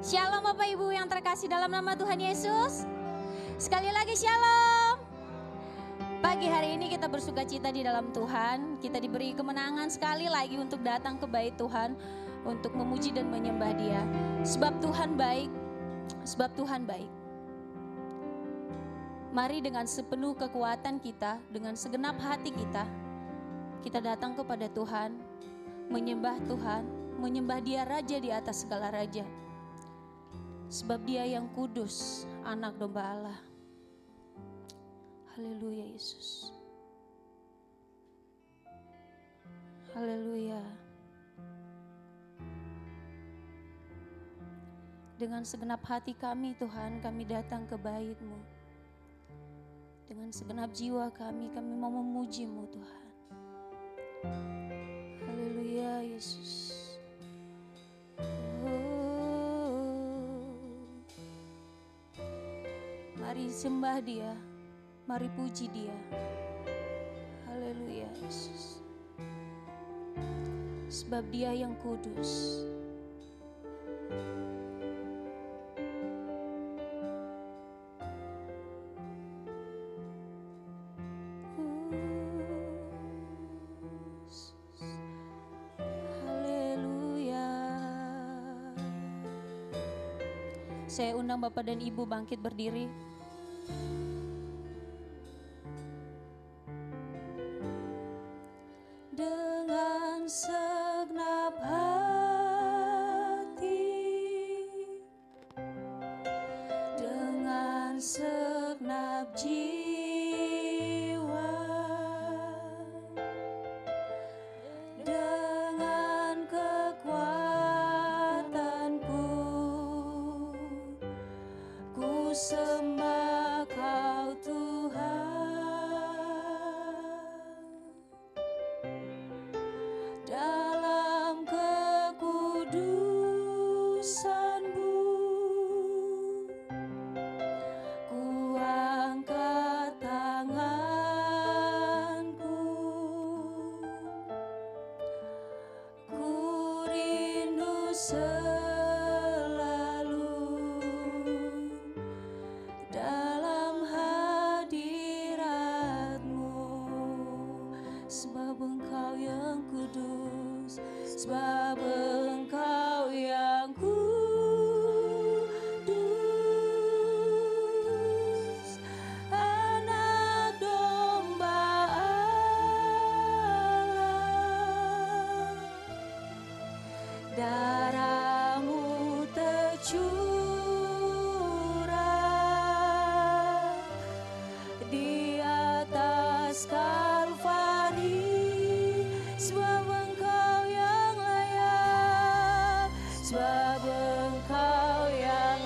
Shalom Bapak Ibu yang terkasih dalam nama Tuhan Yesus. Sekali lagi shalom. Pagi hari ini kita bersuka cita di dalam Tuhan. Kita diberi kemenangan sekali lagi untuk datang ke bait Tuhan, untuk memuji dan menyembah Dia. Sebab Tuhan baik, sebab Tuhan baik. Mari dengan sepenuh kekuatan kita, dengan segenap hati kita datang kepada Tuhan, menyembah Tuhan, menyembah Dia Raja di atas segala raja. Sebab Dia yang kudus, anak domba Allah. Haleluya Yesus. Haleluya. Dengan segenap hati kami Tuhan, kami datang ke bait-Mu. Dengan segenap jiwa kami mau memuji-Mu Tuhan. Haleluya Yesus. Mari sembah Dia, mari puji Dia. Haleluya Yesus. Sebab Dia yang kudus. Haleluya. Saya undang Bapak dan Ibu bangkit berdiri. Dengan segenap hati, dengan segenap jiwa, dengan kekuatanku, ku sembah Kau Tuhan. Dalam kekudusan-Mu, ku angkat tanganku, ku rindu selalu dalam hadirat-Mu, sebab Engkau yang kudus, sebab Engkau yang kudus, anak domba Allah. Darah-Mu tercurah di atas Kalvari, sebab Engkau yang layak, sebab Engkau yang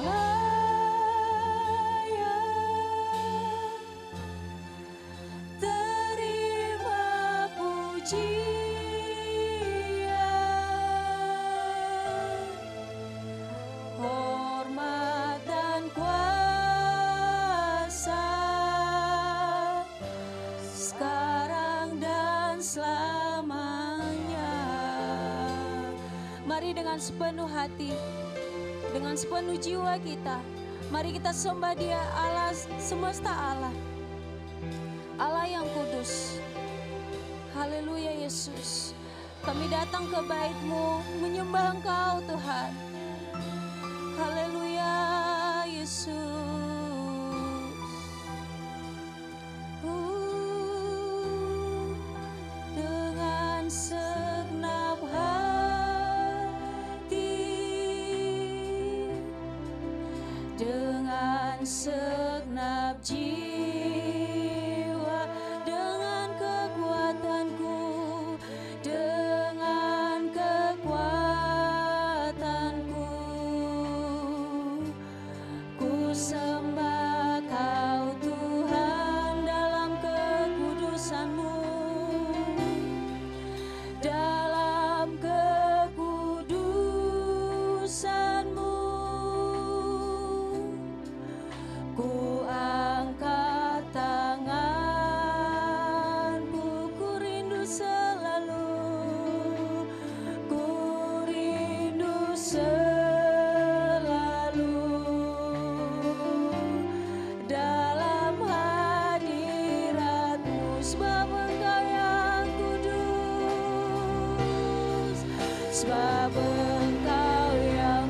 layak. Terima pujian, hormat dan kuasa, sekarang dan selamanya. Mari dengan sepenuh hati, dengan sepenuh jiwa kita, mari kita sembah Dia, Allah semesta Allah, Allah yang kudus. Haleluya Yesus. Kami datang ke bait-Mu menyembah Engkau Tuhan. Haleluya Yesus. Dengan segenap hati, dengan segenap jiwa, dengan kekuatanku, dengan kekuatanku, ku sembah Kau Tuhan dalam kekudusan-Mu, dalam kekudusan-Mu, ku angkat sebab Engkau yang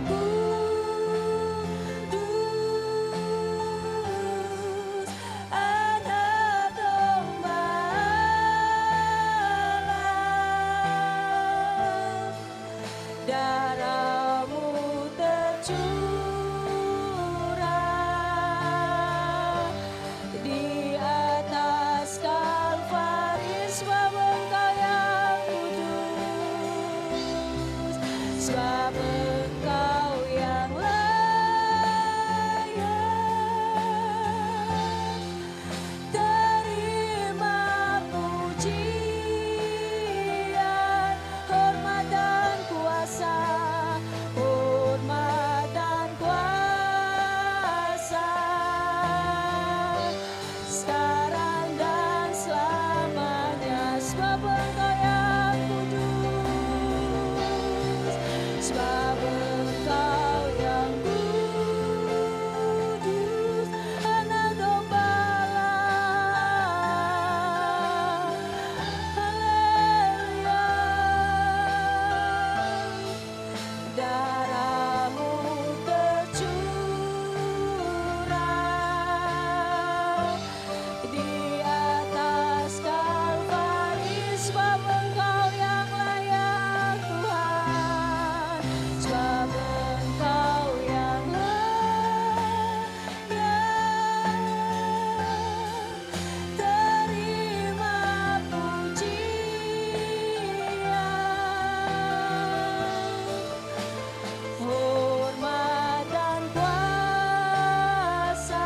kudus, Anak Domba Allah. Darah-Mu tercurah di atas Kalvari, sebab Engkau yang kudus, sebab Engkau yang layak. Terima pujian, hormat dan kuasa, hormat dan kuasa, sekarang dan selamanya, sebab Engkau yang kudus, sebab Engkau yang kudus, Anak Domba Allah. Haleluya. Darah-Mu tercurah di atas Kalvari, sebab Engkau yang layak Tuhan, sebab Engkau yang layak. Terima pujian, hormat dan kuasa,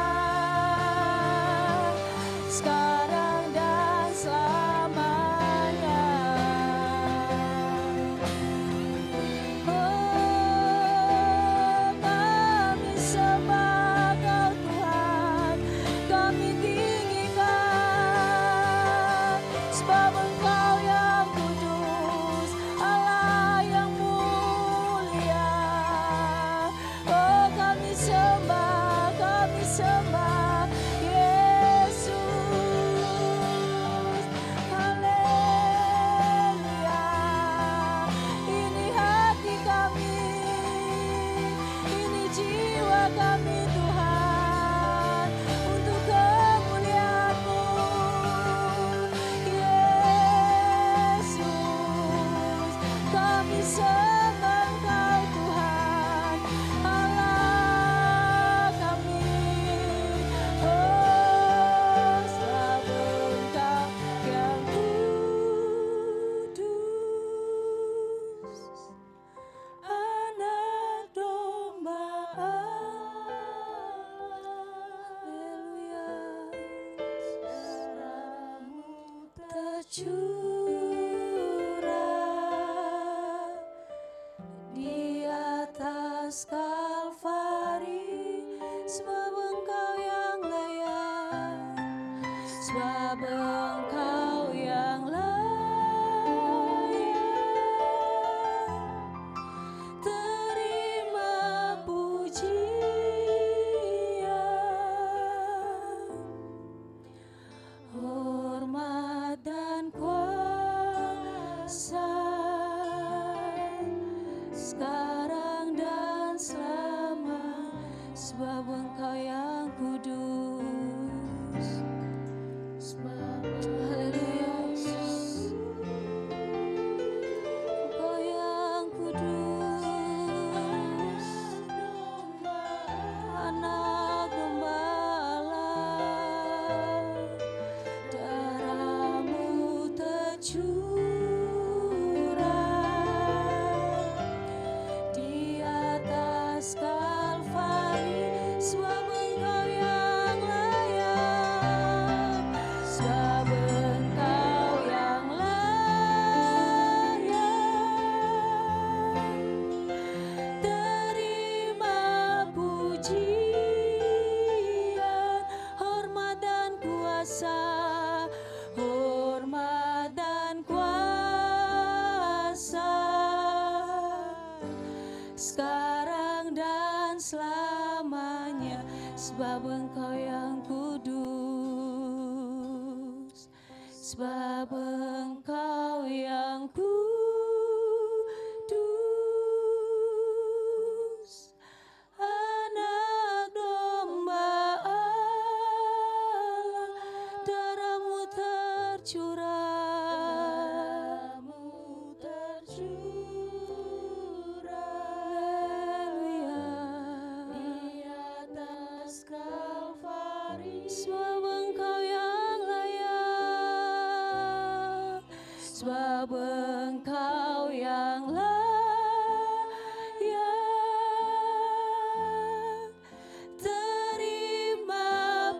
sekarang dan selamanya. Oh, kami sembah Kau Tuhan, kami tinggikan, sebab Engkau yang kudus, Allah yang mulia. Oh, kami sembah Yesus. Haleluya. Ini hati kami, ini jiwa kami Tuhan, untuk kemuliaan-Mu Yesus. Kami sembah Engkau Tuhan, Allah kami. Oh, sebab Engkau yang kudus, Anak Domba Allah. Haleluya. Darah-Mu tercurah di atas Kalvari, sebab Engkau yang layak, sebab Engkau yang layak. Terima pujian, hormat dan kuasa, sekarang dan selama, sebab Engkau yang kudus, sebab haleluya Yesus, Engkau yang kudus, Anak Domba Allah. Darah-Mu tercurah di atas Kalvari, sebab Engkau yang layak, sebab Engkau yang layak. Terima pujian, hormat dan kuasa, hormat dan kuasa, sekarang dan selamanya, sebab Engkau yang kudus, sebab Engkau yang kudus. Sebab Engkau yang layak, terima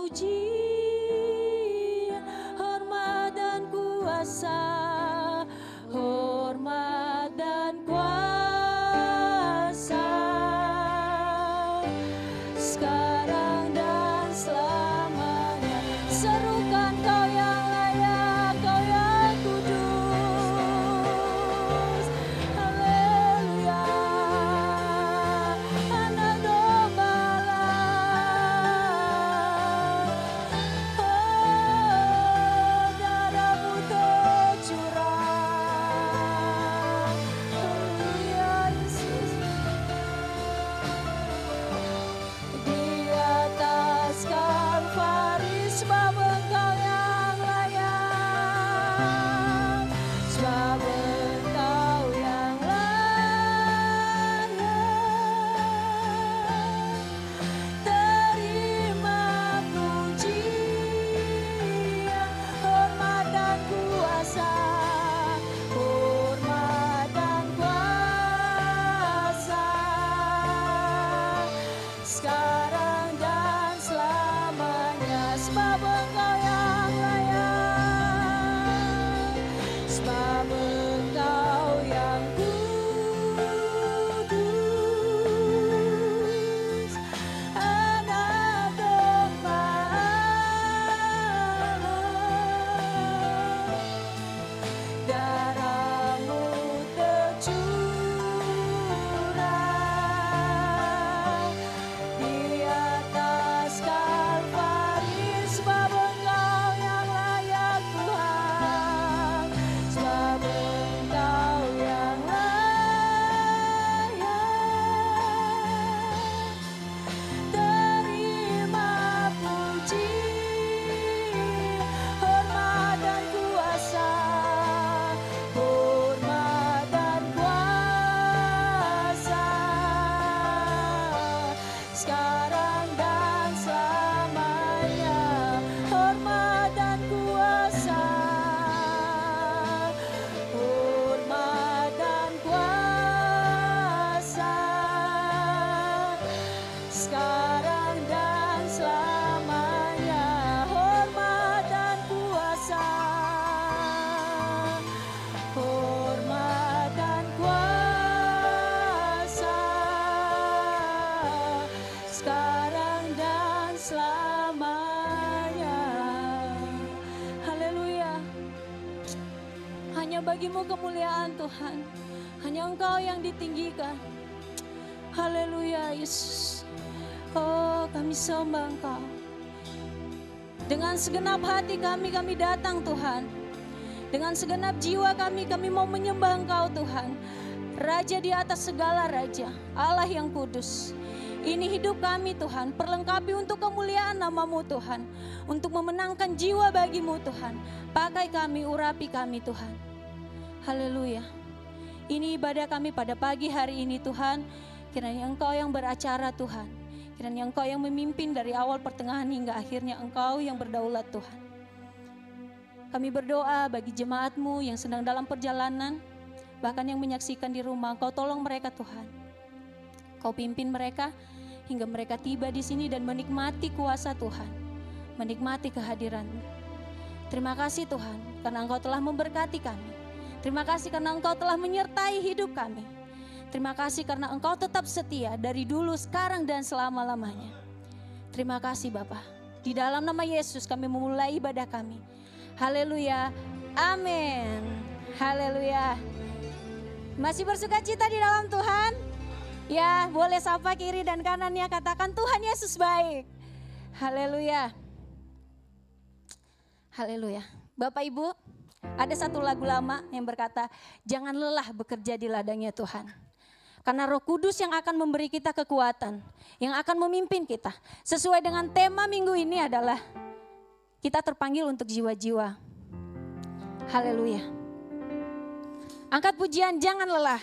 pujian, hormat dan kuasa, hormat dan kuasa, sekarang dan selamanya. Serukan Kau yang layak, Kau yang kudus. Haleluya. Anak domba darah-Mu tercurah. Haleluya Yesus. Di atas Kalvari, sebab Engkau yang layak, sebab Engkau yang layak, terima pujian, hormat dan kuasa, hormat dan kuasa, sekarang dan selamanya. Sebab Engkau yang layak, sebab Engkau yang kudus, Anak domba Allah. Darah-Mu tercurah di atas Kalvari, sebab Engkau yang layak Tuhan, sebab Engkau yang layak, terima puji, hormat dan kuasa, hormat dan kuasa, sekarang dan selamanya. Hormat dan kuasa, hormat dan kuasa, sekarang dan selamanya. Hormat dan kuasa, hormat dan kuasa, sekarang dan selamanya. Haleluya. Hanya bagi-Mu kemuliaan Tuhan, hanya Engkau yang ditinggikan. Haleluya Yesus. Oh, kami sembah Engkau. Dengan segenap hati kami datang Tuhan. Dengan segenap jiwa kami mau menyembah Engkau Tuhan. Raja di atas segala raja, Allah yang kudus. Ini hidup kami Tuhan, perlengkapi untuk kemuliaan nama-Mu Tuhan. Untuk memenangkan jiwa bagi-Mu Tuhan. Pakai kami, urapi kami Tuhan. Haleluya. Ini ibadah kami pada pagi hari ini Tuhan. Kiranya Engkau yang beracara Tuhan. Kiranya Engkau yang memimpin dari awal pertengahan hingga akhirnya. Engkau yang berdaulat Tuhan. Kami berdoa bagi jemaat-Mu yang sedang dalam perjalanan. Bahkan yang menyaksikan di rumah. Engkau tolong mereka Tuhan. Kau pimpin mereka hingga mereka tiba di sini dan menikmati kuasa Tuhan. Menikmati kehadiran-Mu. Terima kasih Tuhan karena Engkau telah memberkati kami. Terima kasih karena Engkau telah menyertai hidup kami. Terima kasih karena Engkau tetap setia dari dulu, sekarang, dan selama-lamanya. Terima kasih Bapa. Di dalam nama Yesus kami memulai ibadah kami. Haleluya. Amin. Haleluya. Masih bersuka cita di dalam Tuhan? Ya, boleh sapa kiri dan kanannya, katakan Tuhan Yesus baik. Haleluya. Haleluya. Bapak Ibu, ada satu lagu lama yang berkata, jangan lelah bekerja di ladangnya Tuhan. Karena Roh Kudus yang akan memberi kita kekuatan, yang akan memimpin kita. Sesuai dengan tema minggu ini adalah, kita terpanggil untuk jiwa-jiwa. Haleluya. Angkat pujian, jangan lelah.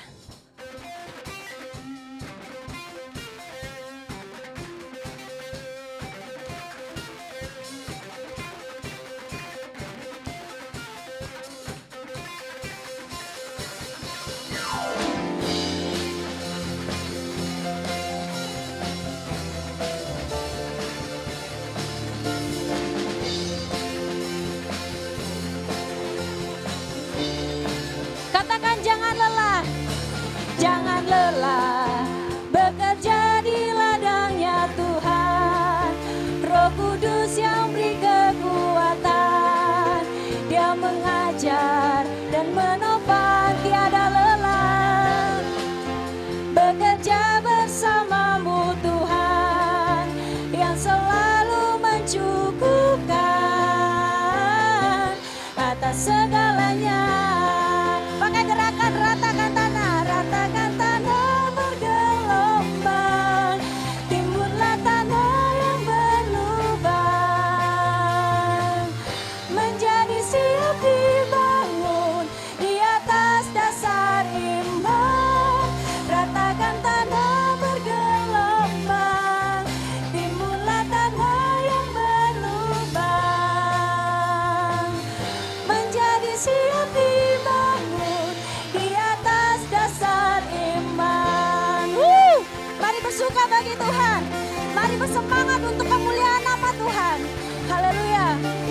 bersuka bagi Tuhan. Mari bersemangat untuk kemuliaan nama Tuhan. Haleluya.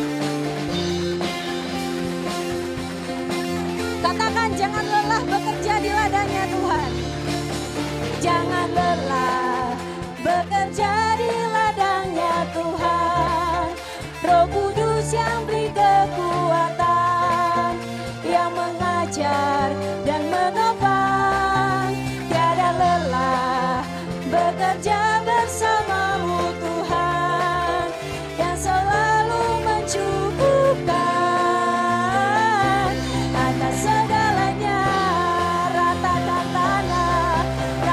Katakan jangan lelah bekerja di ladangnya Tuhan. Jangan lelah bekerja di ladangnya Tuhan. Roh Kudus yang beri kekuatan, yang mengajar dan menopang. Tiada lelah bekerja bersamamu Tuhan, yang selalu mencukupkan atas segalanya. Ratakan tanah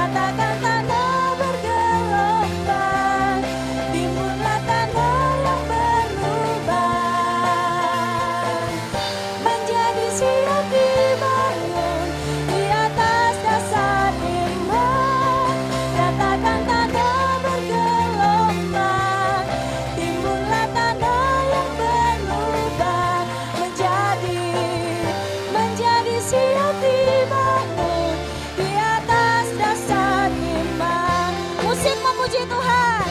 bergelombang, timbunlah tanah yang berlubang, menjadi siap dibangun di atas dasar iman. Ratakan tanah bergelombang, timbunlah tanah yang berlubang, menjadi siap dibangun di atas dasar iman. Musik memuji Tuhan.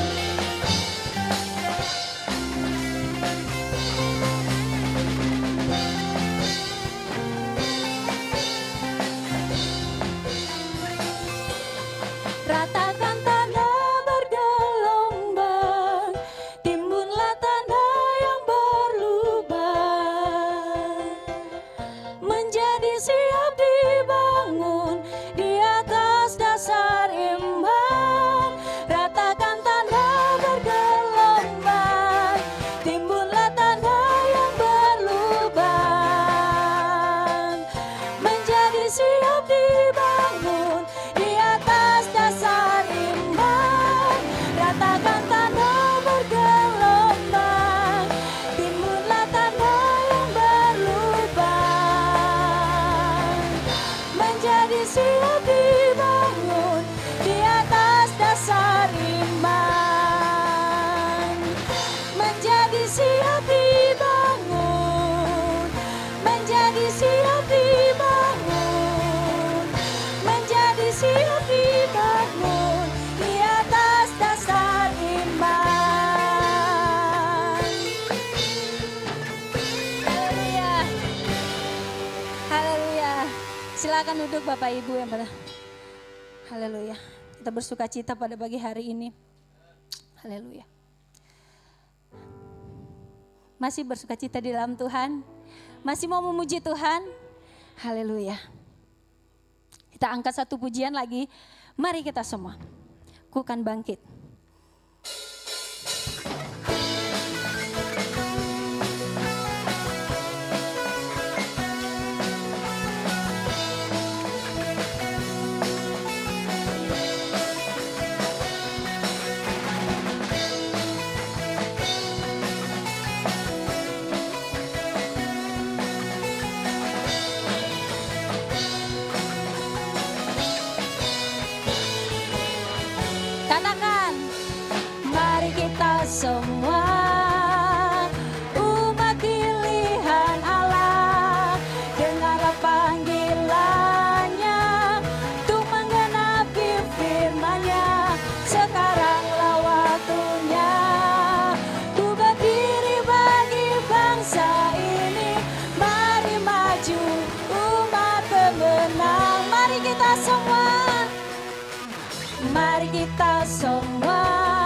Ratakan tanah bergelombang, timbunlah tanah yang berlubang, menjadi siap dibangun di atas dasar iman. Ratakan tanah bergelombang, timbunlah tanah yang berlubang, menjadi siap dibangun di atas dasar iman. Ratakan tanah bergelombang, timbunlah tanah yang berlubang, menjadi siap dibangun di atas dasar iman. Menjadi siap dibangun, menjadi siap dibangun, menjadi siap dibangun di atas dasar iman. Haleluya. Haleluya. Silakan duduk Bapak Ibu yang pada. Haleluya. Kita bersuka cita pada pagi hari ini. Haleluya. Masih bersuka cita di dalam Tuhan? Masih mau memuji Tuhan? Haleluya. Kita angkat satu pujian lagi. Mari kita semua. Ku kan bangkit. Katakan, mari kita semua umat pilihan Allah, dengarlah panggilannya untuk menggenapi firman-Nya. Sekaranglah waktunya ku berdiri bagi bangsa ini. Mari maju umat pemenang. Mari kita semua. Mari kita semua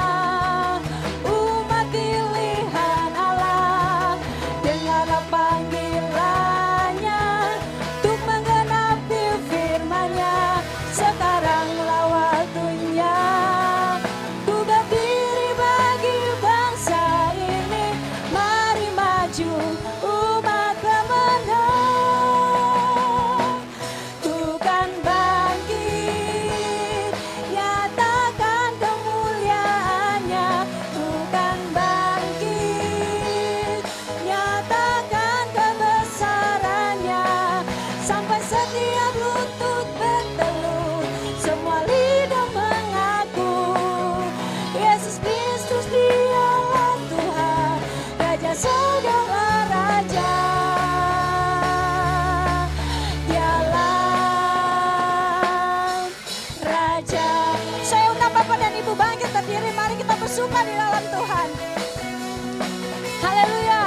umat pilihan Allah, dengarlah panggilannya untuk menggenapi firman-Nya. Sekaranglah waktunya ku berdiri bagi bangsa ini. Mari maju umat pemenang. Tuhan bangkit, nyatakan kemuliaan. sukacita di dalam Tuhan. Haleluya.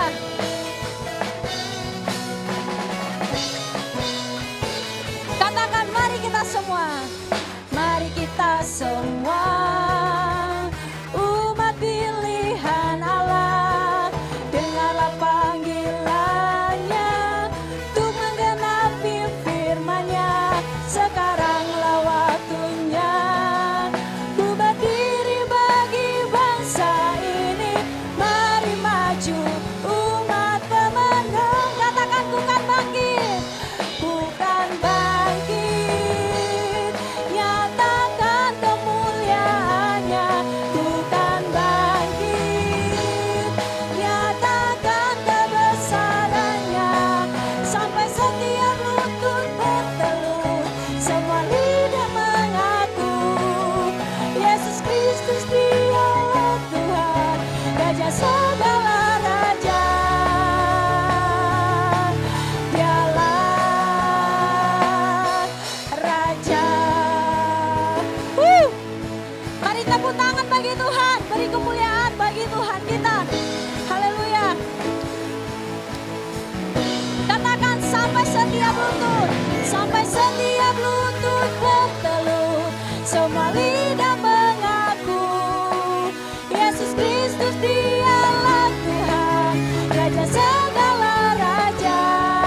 Katakan mari kita semua. Mari kita semua. Umat pilihan Allah. Dengarlah panggilannya. Untuk menggenapi firman-Nya. Sekaranglah waktunya. Ku berdiri bagi bangsa ini. Mari maju umat pemenang. Katakan bukan bangkit. Bukan bangkit. Nyatakan kemuliaannya. Bukan bangkit. Nyatakan kebesarannya. Sampai setiap lutut bertelut. Semua lidah mengaku. Yesus Kristus Dialah Tuhan. Raja segala raja. Dialah Raja. Mari tepuk tangan bagi Tuhan. Beri kemuliaan bagi Tuhan kita. Haleluya. Katakan sampai setiap lutut. Sampai setiap lutut bertelut. Semua lidah mengaku. Yesus Kristus Dialah Tuhan. Raja segala raja.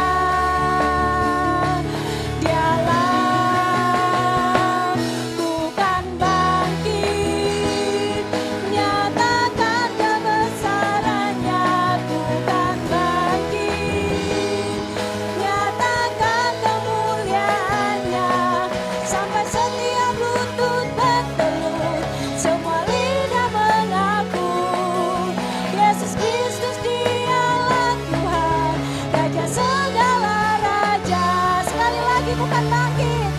Dialah bukan bangkit. Nyatakan kebesarannya. Bukan bangkit. Nyatakan kemuliaannya. Sampai setiap lutut bertelut. Semua lidah mengaku. Yesus Kristus Dialah Tuhan. Raja segala raja. Sekali lagi bukan bangkit.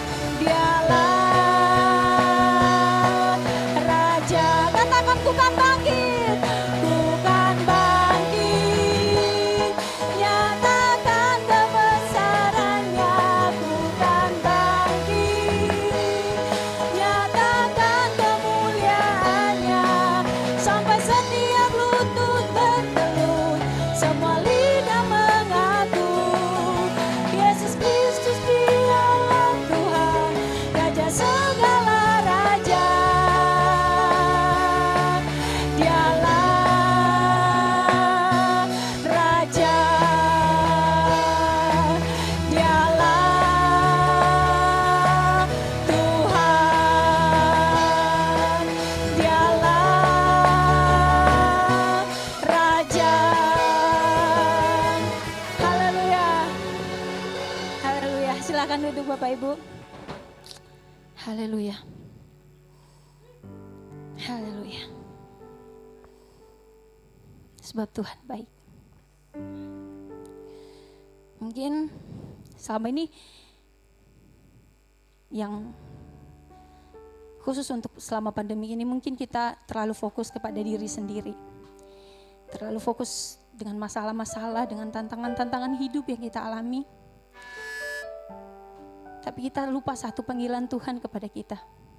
Dialah Raja. Katakan bukan bangkit. Bukan bangkit. Nyatakan kebesarannya. Bukan bangkit. Nyatakan kemuliaannya. Sampai setiap lutut bertelut. Semua lidah mengaku. Yesus Kristus Dialah Tuhan. Raja segala raja. Dialah Raja. Dialah Tuhan. Dialah Raja. Haleluya. Haleluya. Silakan duduk Bapak Ibu. Haleluya. Haleluya. Sebab Tuhan baik. Mungkin selama ini yang khusus untuk selama pandemi ini mungkin kita terlalu fokus kepada diri sendiri. Terlalu fokus dengan masalah-masalah, dengan tantangan-tantangan hidup yang kita alami. Tapi kita lupa satu panggilan Tuhan kepada kita.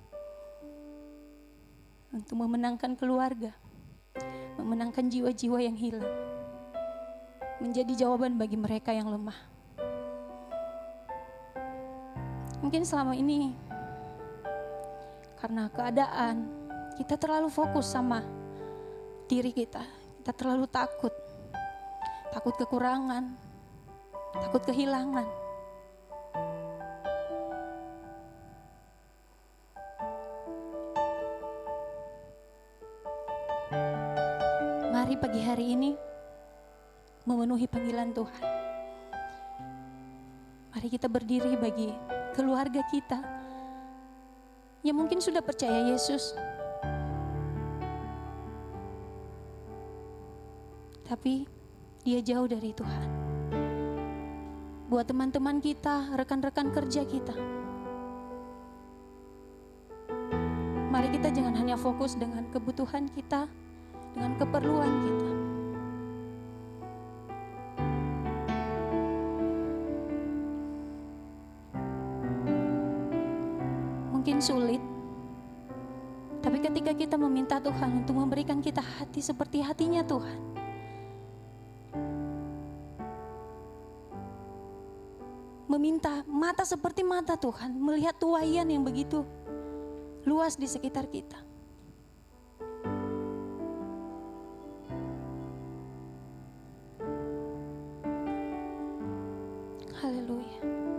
Untuk memenangkan keluarga. Memenangkan jiwa-jiwa yang hilang. Menjadi jawaban bagi mereka yang lemah. Mungkin selama ini karena keadaan kita terlalu fokus sama diri kita. Kita terlalu takut. Takut kekurangan. Takut kehilangan. Mari pagi hari ini memenuhi panggilan Tuhan. Mari kita berdiri bagi keluarga kita yang mungkin sudah percaya Yesus, tapi dia jauh dari Tuhan. Buat teman-teman kita, rekan-rekan kerja kita, mari kita jangan hanya fokus dengan kebutuhan kita, dengan keperluan kita. Mungkin sulit, tapi ketika kita meminta Tuhan untuk memberikan kita hati seperti hatinya Tuhan. Meminta mata seperti mata Tuhan, melihat tuaian yang begitu luas di sekitar kita. Haleluya.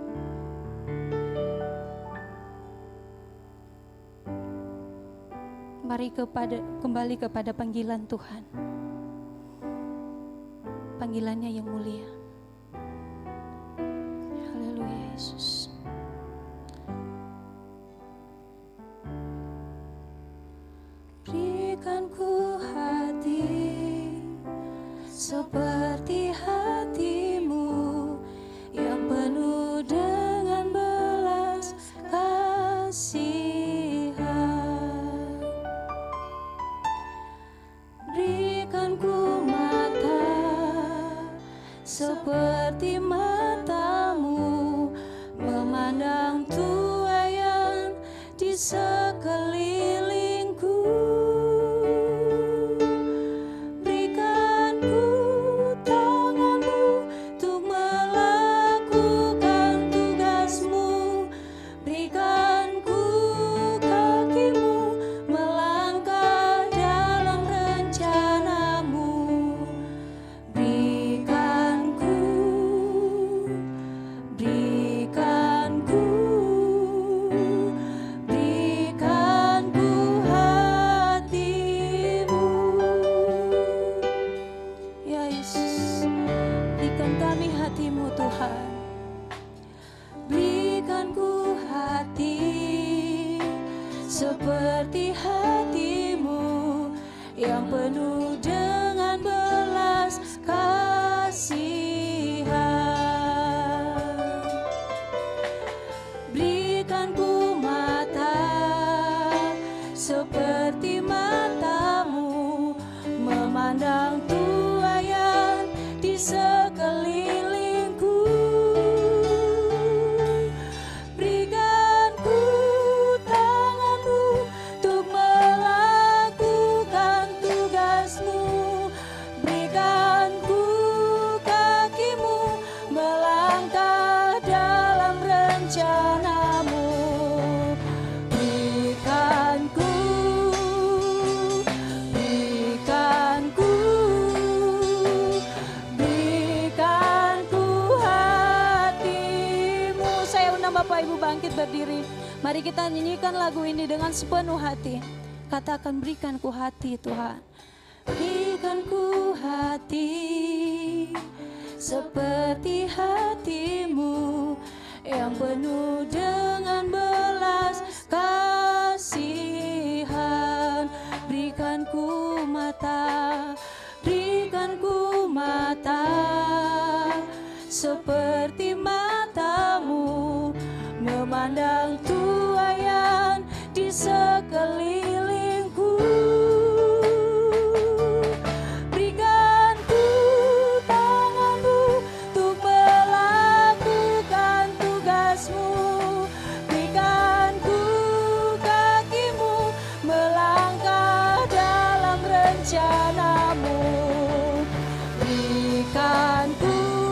Mari kembali kepada panggilan Tuhan. Panggilannya yang mulia. Haleluya Yesus. Berikan ku hati seperti hatimu yang penuh dengan belas kasihan. Berikan ku mata seperti matamu, memandang tuaian di sekelilingku. Berikan ku tanganmu untuk melakukan tugasmu. Berikan ku kakimu melangkah dalam rencanamu. Berikan ku hatimu. Ya Yesus, berikan kami hatimu Tuhan. Berikan ku hati seperti hatimu yang penuh dengan belas kasihan. Berikan ku mata seperti matamu, memandang tuaian di sekelilingku. Berikan ku tanganmu untuk melakukan tugasmu. Berikan ku kakimu melangkah dalam rencanamu. Berikan ku hatimu. Saya undang Bapak Ibu bangkit berdiri. Mari kita nyanyikan lagu ini dengan sepenuh hati. Katakan, berikan ku hati Tuhan. Berikan ku hati seperti hatimu yang penuh dengan belas kasihan. Berikan ku mata seperti matamu, memandang tuaian di sekelilingku. Berikan ku tanganmu untuk melakukan tugasmu. Berikan ku kakimu melangkah dalam rencanamu. Berikan ku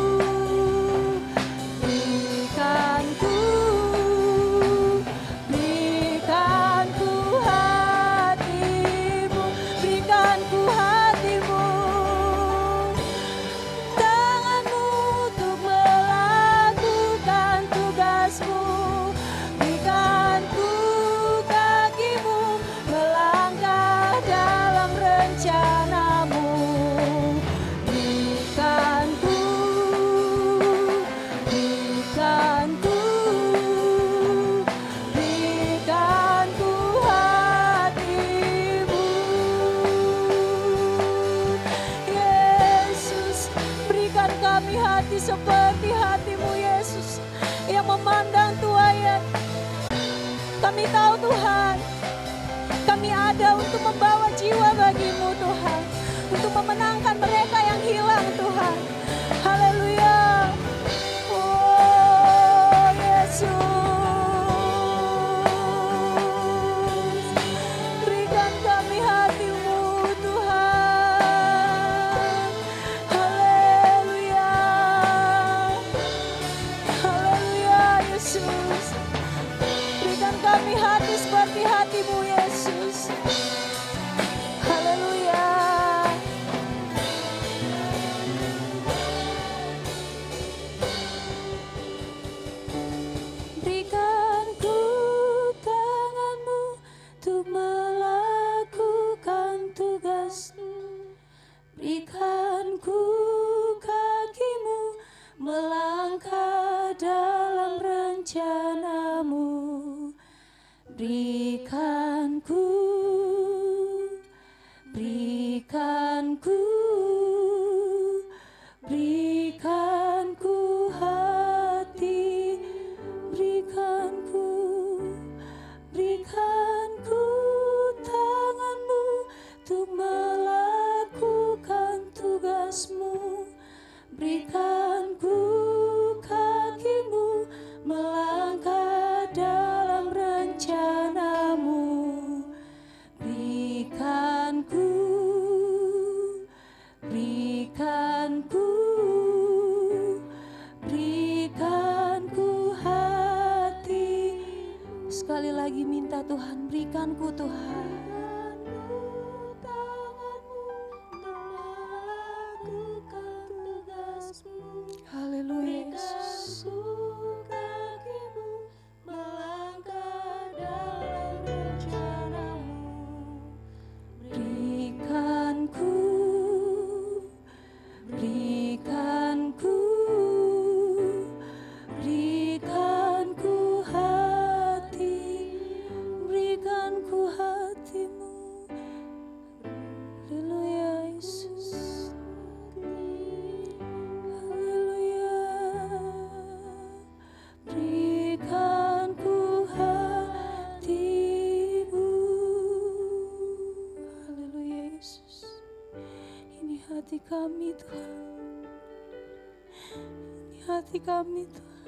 hatimu. Berikan ku hatimu, tanganmu untuk melakukan tugasmu. Berikan ku kakimu melangkah dalam rencanamu. Berikan ku hatimu. Yesus, berikan kami hati seperti hatimu Yesus, yang memandang tuaian. Kami tahu Tuhan, kami ada untuk membawa jiwa bagimu Tuhan, untuk memenangkan mereka yang hilang Tuhan. Haleluya. Oh Yesus, berikan kami hati seperti hati-Mu Yesus. Haleluya. Berikan ku tangan-Mu untuk melakukan tugas-Mu. Berikan ku kaki-Mu melangkah dalam rencana-Mu. Berikan ku hati, berikan ku tangan-Mu untuk melakukan tugas-Mu. Berikan ku kaki-Mu melangkah dalam rencana-Mu. Berikan ku hati. Sekali lagi minta Tuhan, berikan ku Tuhan. Haleluya Yesus. Hati kami Tuhan, ini hati kami Tuhan.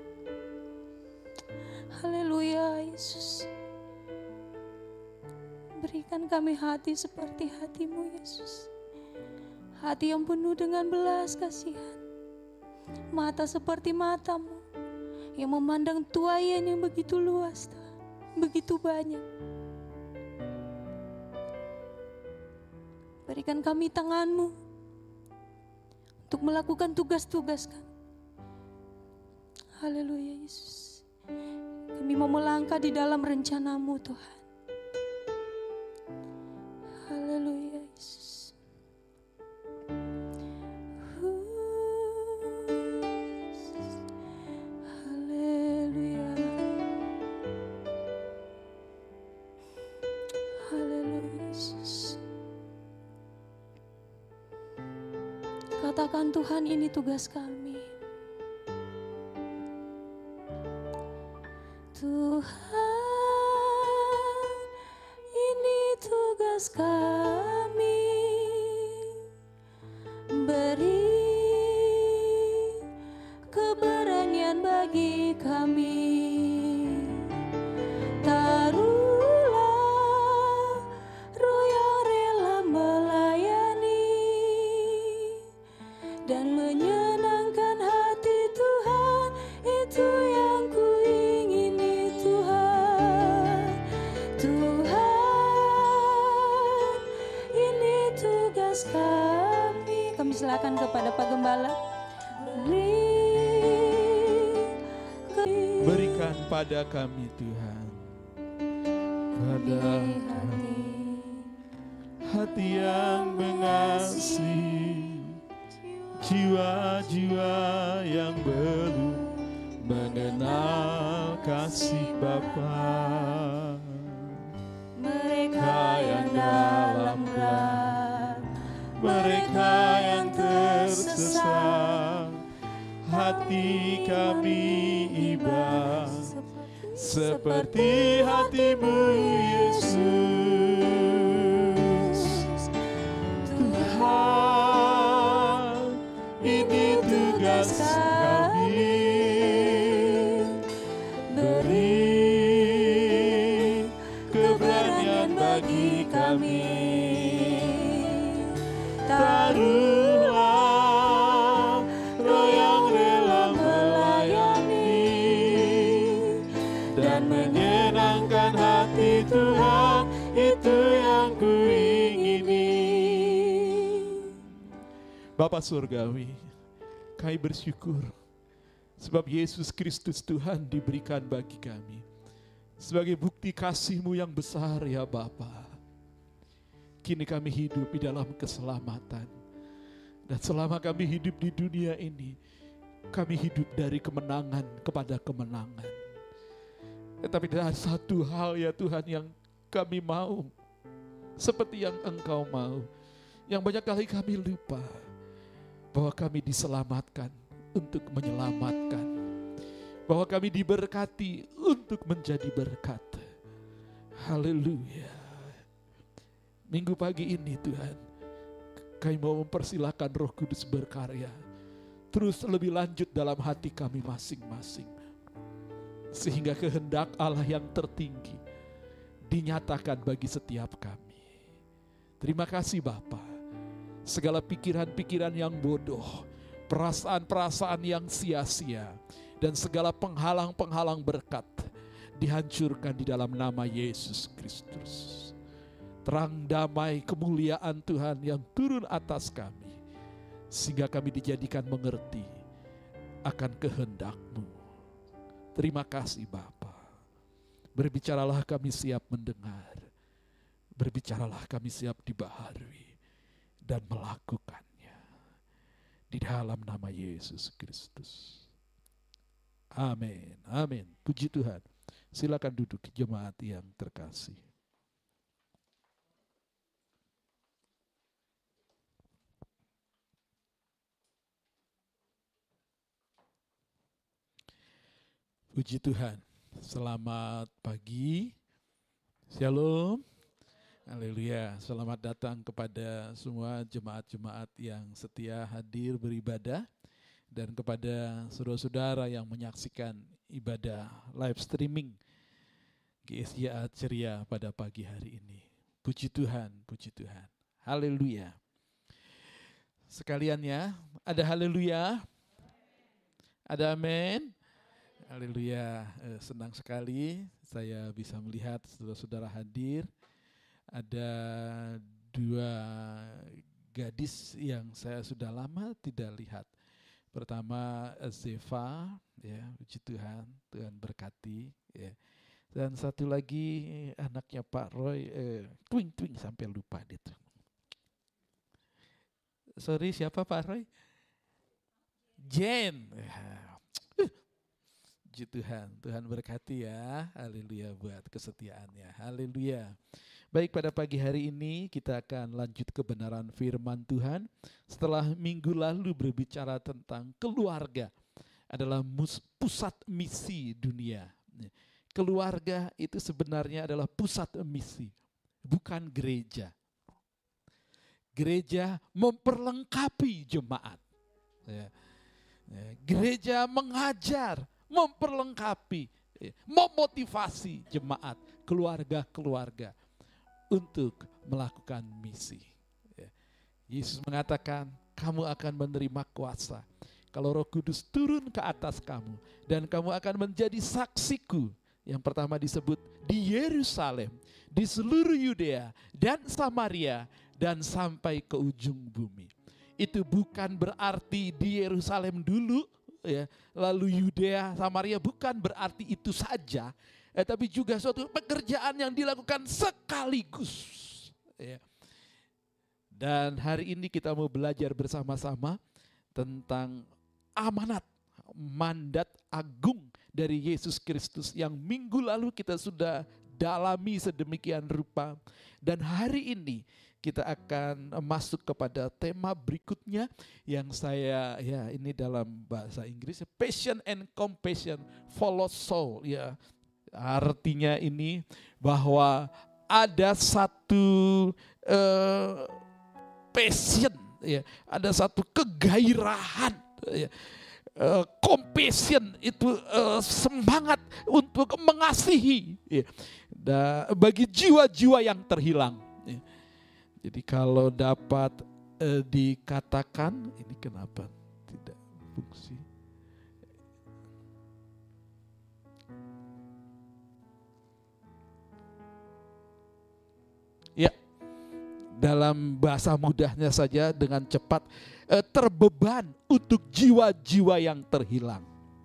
Haleluya Yesus. Berikan kami hati seperti hati-Mu Yesus. Hati yang penuh dengan belas kasihan. Mata seperti mata-Mu yang memandang tuaian yang begitu luas Tuhan, begitu banyak. Berikan kami tangan-Mu untuk melakukan tugas-tugas kami. Haleluya Yesus. Kami mau melangkah di dalam rencana-Mu Tuhan. Haleluya Yesus. Haleluya. Haleluya Yesus. Katakan Tuhan, ini tugas kami. Tuhan, ini tugas kami. Beri keberanian bagi kami. Taruhlah roh yang rela melayani dan menyenangkan hati Tuhan, itu yang kuingini Tuhan. Tuhan, ini tugas kami. Kami silakan kepada Pak Gembala. Berikan pada kami Tuhan, pada kami hati yang mengasihi, jiwa-jiwa yang belum mengenal kasih Bapa. Mereka yang dalam gelap, mereka yang tersesat, hati kami iba seperti hati-Mu Yesus. Tuhan, ini tugas kami. Beri keberanian bagi kami. Taruhlah roh yang rela melayani dan menyenangkan itu yang ku ingini. Bapa Surgawi, kami bersyukur sebab Yesus Kristus Tuhan diberikan bagi kami sebagai bukti kasih-Mu yang besar ya Bapa. Kini kami hidup di dalam keselamatan. Dan selama kami hidup di dunia ini, kami hidup dari kemenangan kepada kemenangan. Tetapi ada satu hal ya Tuhan yang kami mau, seperti yang Engkau mau, yang banyak kali kami lupa, bahwa kami diselamatkan untuk menyelamatkan, bahwa kami diberkati untuk menjadi berkat. Haleluya. Minggu pagi ini Tuhan, kami mau mempersilahkan Roh Kudus berkarya terus lebih lanjut dalam hati kami masing-masing, sehingga kehendak Allah yang tertinggi dinyatakan bagi setiap kami. Terima kasih Bapa. Segala pikiran-pikiran yang bodoh, perasaan-perasaan yang sia-sia, dan segala penghalang-penghalang berkat dihancurkan di dalam nama Yesus Kristus. Terang damai kemuliaan Tuhan yang turun atas kami, sehingga kami dijadikan mengerti akan kehendak-Mu. Terima kasih Bapa. Berbicaralah kami siap mendengar, berbicaralah kami siap dibaharui dan melakukannya. Di dalam nama Yesus Kristus. Amin. Amin. Puji Tuhan. Silakan duduk jemaat yang terkasih. Puji Tuhan. Selamat pagi. Shalom. Haleluya. Selamat datang kepada semua jemaat-jemaat yang setia hadir beribadah, dan kepada saudara-saudara yang menyaksikan ibadah live streaming GSJA Ceria pada pagi hari ini. Puji Tuhan, puji Tuhan. Haleluya. Sekalian ya, ada haleluya, ada amin. Haleluya. Senang sekali saya bisa melihat saudara-saudara hadir. Ada 2 gadis yang saya sudah lama tidak lihat. Pertama Zeva, ya, puji Tuhan, Tuhan berkati, ya. Dan satu lagi anaknya Pak Roy, twing sampai lupa itu. Sorry, siapa Pak Roy? Jen. Puji Tuhan, Tuhan berkati ya. Haleluya buat kesetiaannya. Haleluya. Baik, pada pagi hari ini kita akan lanjut kebenaran firman Tuhan. Setelah minggu lalu berbicara tentang keluarga adalah pusat misi dunia. Keluarga itu sebenarnya adalah pusat misi, bukan gereja. Gereja memperlengkapi jemaat. Gereja mengajar, memperlengkapi, memotivasi jemaat, keluarga-keluarga untuk melakukan misi. Yesus mengatakan, kamu akan menerima kuasa kalau Roh Kudus turun ke atas kamu, dan kamu akan menjadi saksiku. Yang pertama disebut di Yerusalem, di seluruh Yudea dan Samaria, dan sampai ke ujung bumi. Itu bukan berarti di Yerusalem dulu, ya, lalu Yudea, Samaria, bukan berarti itu saja, tapi juga suatu pekerjaan yang dilakukan sekaligus. Ya. Dan hari ini kita mau belajar bersama-sama tentang amanat, mandat agung dari Yesus Kristus yang minggu lalu kita sudah dalami sedemikian rupa. Dan hari ini kita akan masuk kepada tema berikutnya yang saya, ya, ini dalam bahasa Inggris, passion and compassion follow soul, ya. Artinya ini bahwa ada satu passion, ya, ada satu kegairahan, ya. Compassion itu semangat untuk mengasihi, ya, bagi jiwa-jiwa yang terhilang. Ya. Jadi kalau dapat dikatakan, ini kenapa tidak fungsi? dalam bahasa mudahnya saja dengan cepat, terbeban untuk jiwa-jiwa yang terhilang.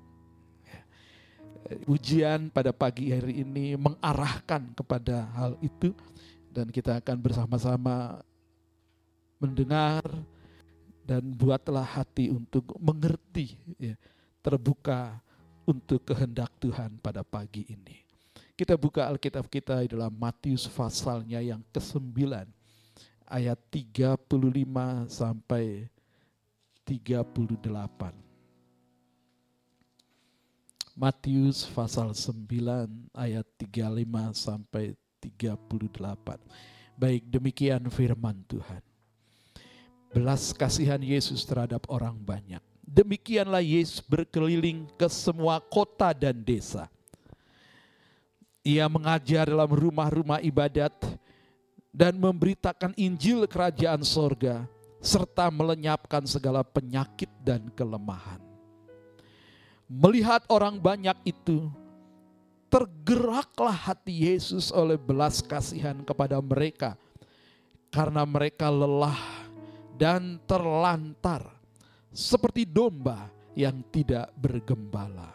Ujian pada pagi hari ini mengarahkan kepada hal itu, dan kita akan bersama-sama mendengar dan buatlah hati untuk mengerti, ya, terbuka untuk kehendak Tuhan pada pagi ini. Kita buka Alkitab kita dalam Matius pasalnya yang ke-9 ayat 35 sampai 38. Matius pasal 9 ayat 35 sampai 38. Baik, demikian firman Tuhan. Belas kasihan Yesus terhadap orang banyak. Demikianlah Yesus berkeliling ke semua kota dan desa. Ia mengajar dalam rumah-rumah ibadat dan memberitakan Injil kerajaan sorga, serta melenyapkan segala penyakit dan kelemahan. Melihat orang banyak itu, tergeraklah hati Yesus oleh belas kasihan kepada mereka, karena mereka lelah dan terlantar seperti domba yang tidak bergembala.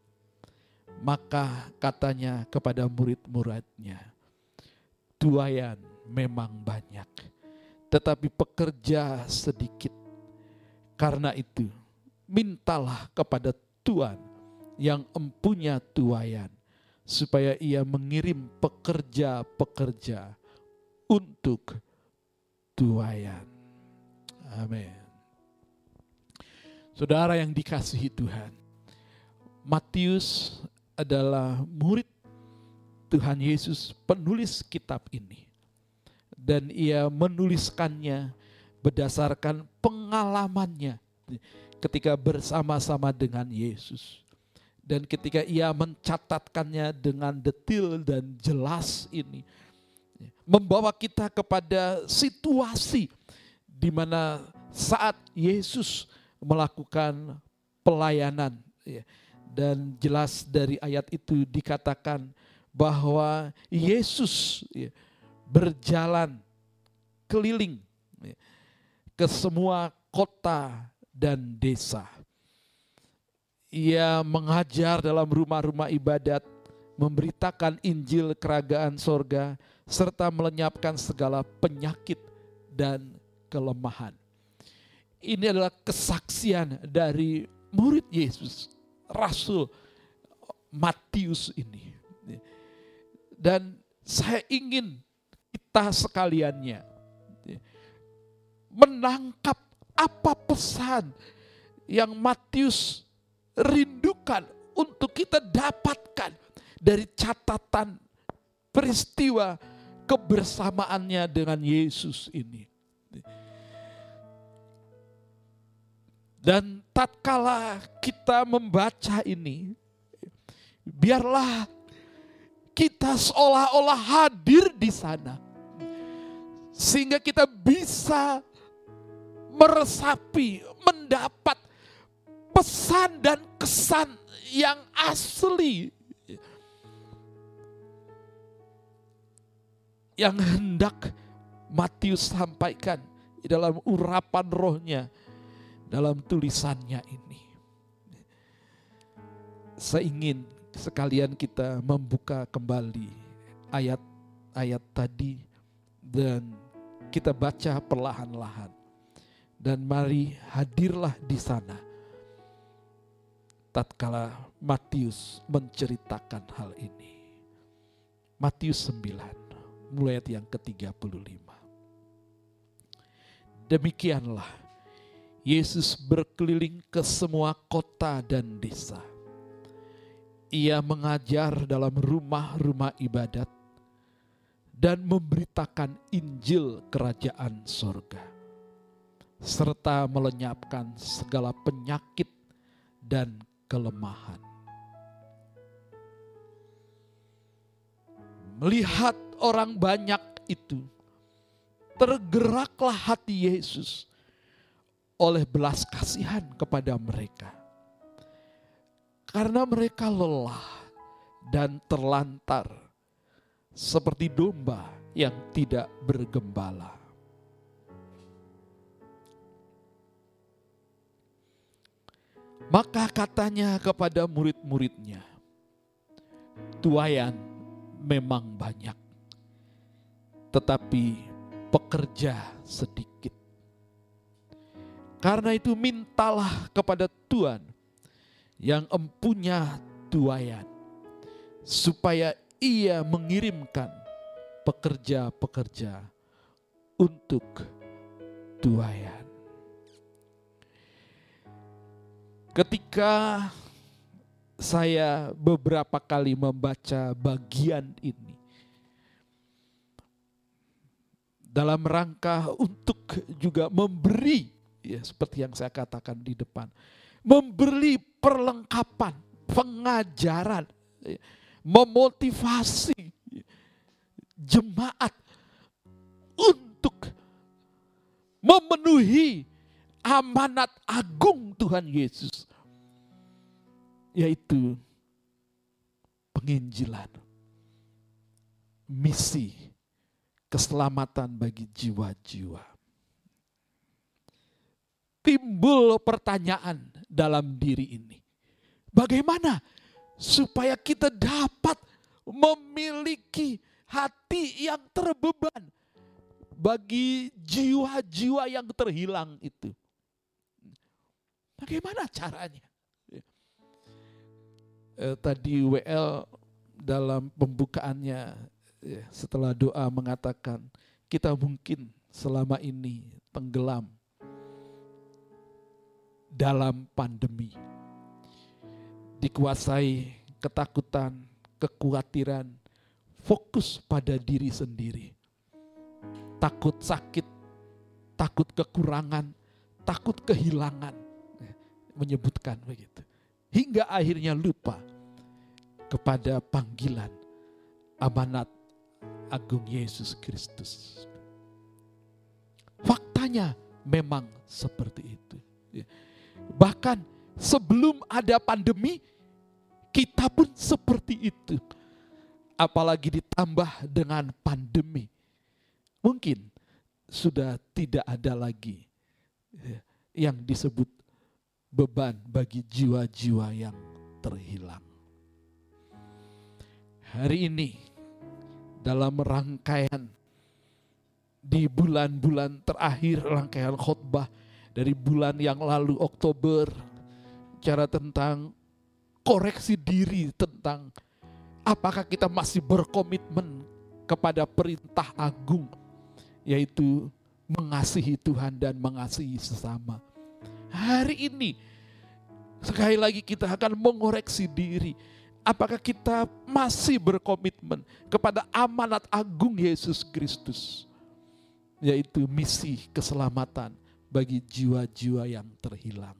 Maka katanya kepada murid-muridnya, tuaian memang banyak, tetapi pekerja sedikit. Karena itu, mintalah kepada Tuhan yang empunya tuaian, supaya ia mengirim pekerja-pekerja untuk tuaian. Amin. Saudara yang dikasihi Tuhan, Matius adalah murid Tuhan Yesus, penulis kitab ini. Dan ia menuliskannya berdasarkan pengalamannya ketika bersama-sama dengan Yesus. Dan ketika ia mencatatkannya dengan detail dan jelas ini, membawa kita kepada situasi di mana saat Yesus melakukan pelayanan. Dan jelas dari ayat itu dikatakan bahwa Yesus berjalan keliling ke semua kota dan desa. Ia mengajar dalam rumah-rumah ibadat, memberitakan Injil kerajaan sorga, serta melenyapkan segala penyakit dan kelemahan. Ini adalah kesaksian dari murid Yesus, Rasul Matius ini. Dan saya ingin kita sekaliannya menangkap apa pesan yang Matius rindukan untuk kita dapatkan dari catatan peristiwa kebersamaannya dengan Yesus ini. Dan tatkala kita membaca ini, biarlah kita seolah-olah hadir di sana, sehingga kita bisa meresapi, mendapat pesan dan kesan yang asli yang hendak Matius sampaikan di dalam urapan rohnya dalam tulisannya ini. Saya ingin sekalian kita membuka kembali ayat-ayat tadi dan kita baca perlahan-lahan. Dan mari hadirlah di sana tatkala Matius menceritakan hal ini. Matius 9 mulai ayat yang ke-35. Demikianlah Yesus berkeliling ke semua kota dan desa. Ia mengajar dalam rumah-rumah ibadat dan memberitakan Injil kerajaan sorga, serta melenyapkan segala penyakit dan kelemahan. Melihat orang banyak itu, tergeraklah hati Yesus oleh belas kasihan kepada mereka. Karena mereka lelah dan terlantar seperti domba yang tidak bergembala. Maka katanya kepada murid-muridnya, tuaian memang banyak, tetapi pekerja sedikit. Karena itu mintalah kepada Tuhan yang empunya tuaian, supaya Ia mengirimkan pekerja-pekerja untuk tuaian. Ketika saya beberapa kali membaca bagian ini, dalam rangka untuk juga memberi, ya seperti yang saya katakan di depan, memberi perlengkapan, pengajaran, memotivasi jemaat untuk memenuhi amanat agung Tuhan Yesus, yaitu penginjilan, misi, keselamatan bagi jiwa-jiwa. Timbul pertanyaan dalam diri ini, bagaimana supaya kita dapat memiliki hati yang terbeban bagi jiwa-jiwa yang terhilang itu? Bagaimana caranya? Tadi WL dalam pembukaannya setelah doa mengatakan kita mungkin selama ini tenggelam dalam pandemi, dikuasai ketakutan, kekhawatiran, fokus pada diri sendiri, takut sakit, takut kekurangan, takut kehilangan, menyebutkan begitu, hingga akhirnya lupa kepada panggilan amanat agung Yesus Kristus. Faktanya memang seperti itu. Bahkan sebelum ada pandemi, kita pun seperti itu. Apalagi ditambah dengan pandemi, mungkin sudah tidak ada lagi yang disebut beban bagi jiwa-jiwa yang terhilang. Hari ini dalam rangkaian di bulan-bulan terakhir, rangkaian khotbah dari bulan yang lalu Oktober, bicara tentang koreksi diri, tentang apakah kita masih berkomitmen kepada perintah agung, yaitu mengasihi Tuhan dan mengasihi sesama. Hari ini sekali lagi kita akan mengoreksi diri. Apakah kita masih berkomitmen kepada amanat agung Yesus Kristus, yaitu misi keselamatan bagi jiwa-jiwa yang terhilang.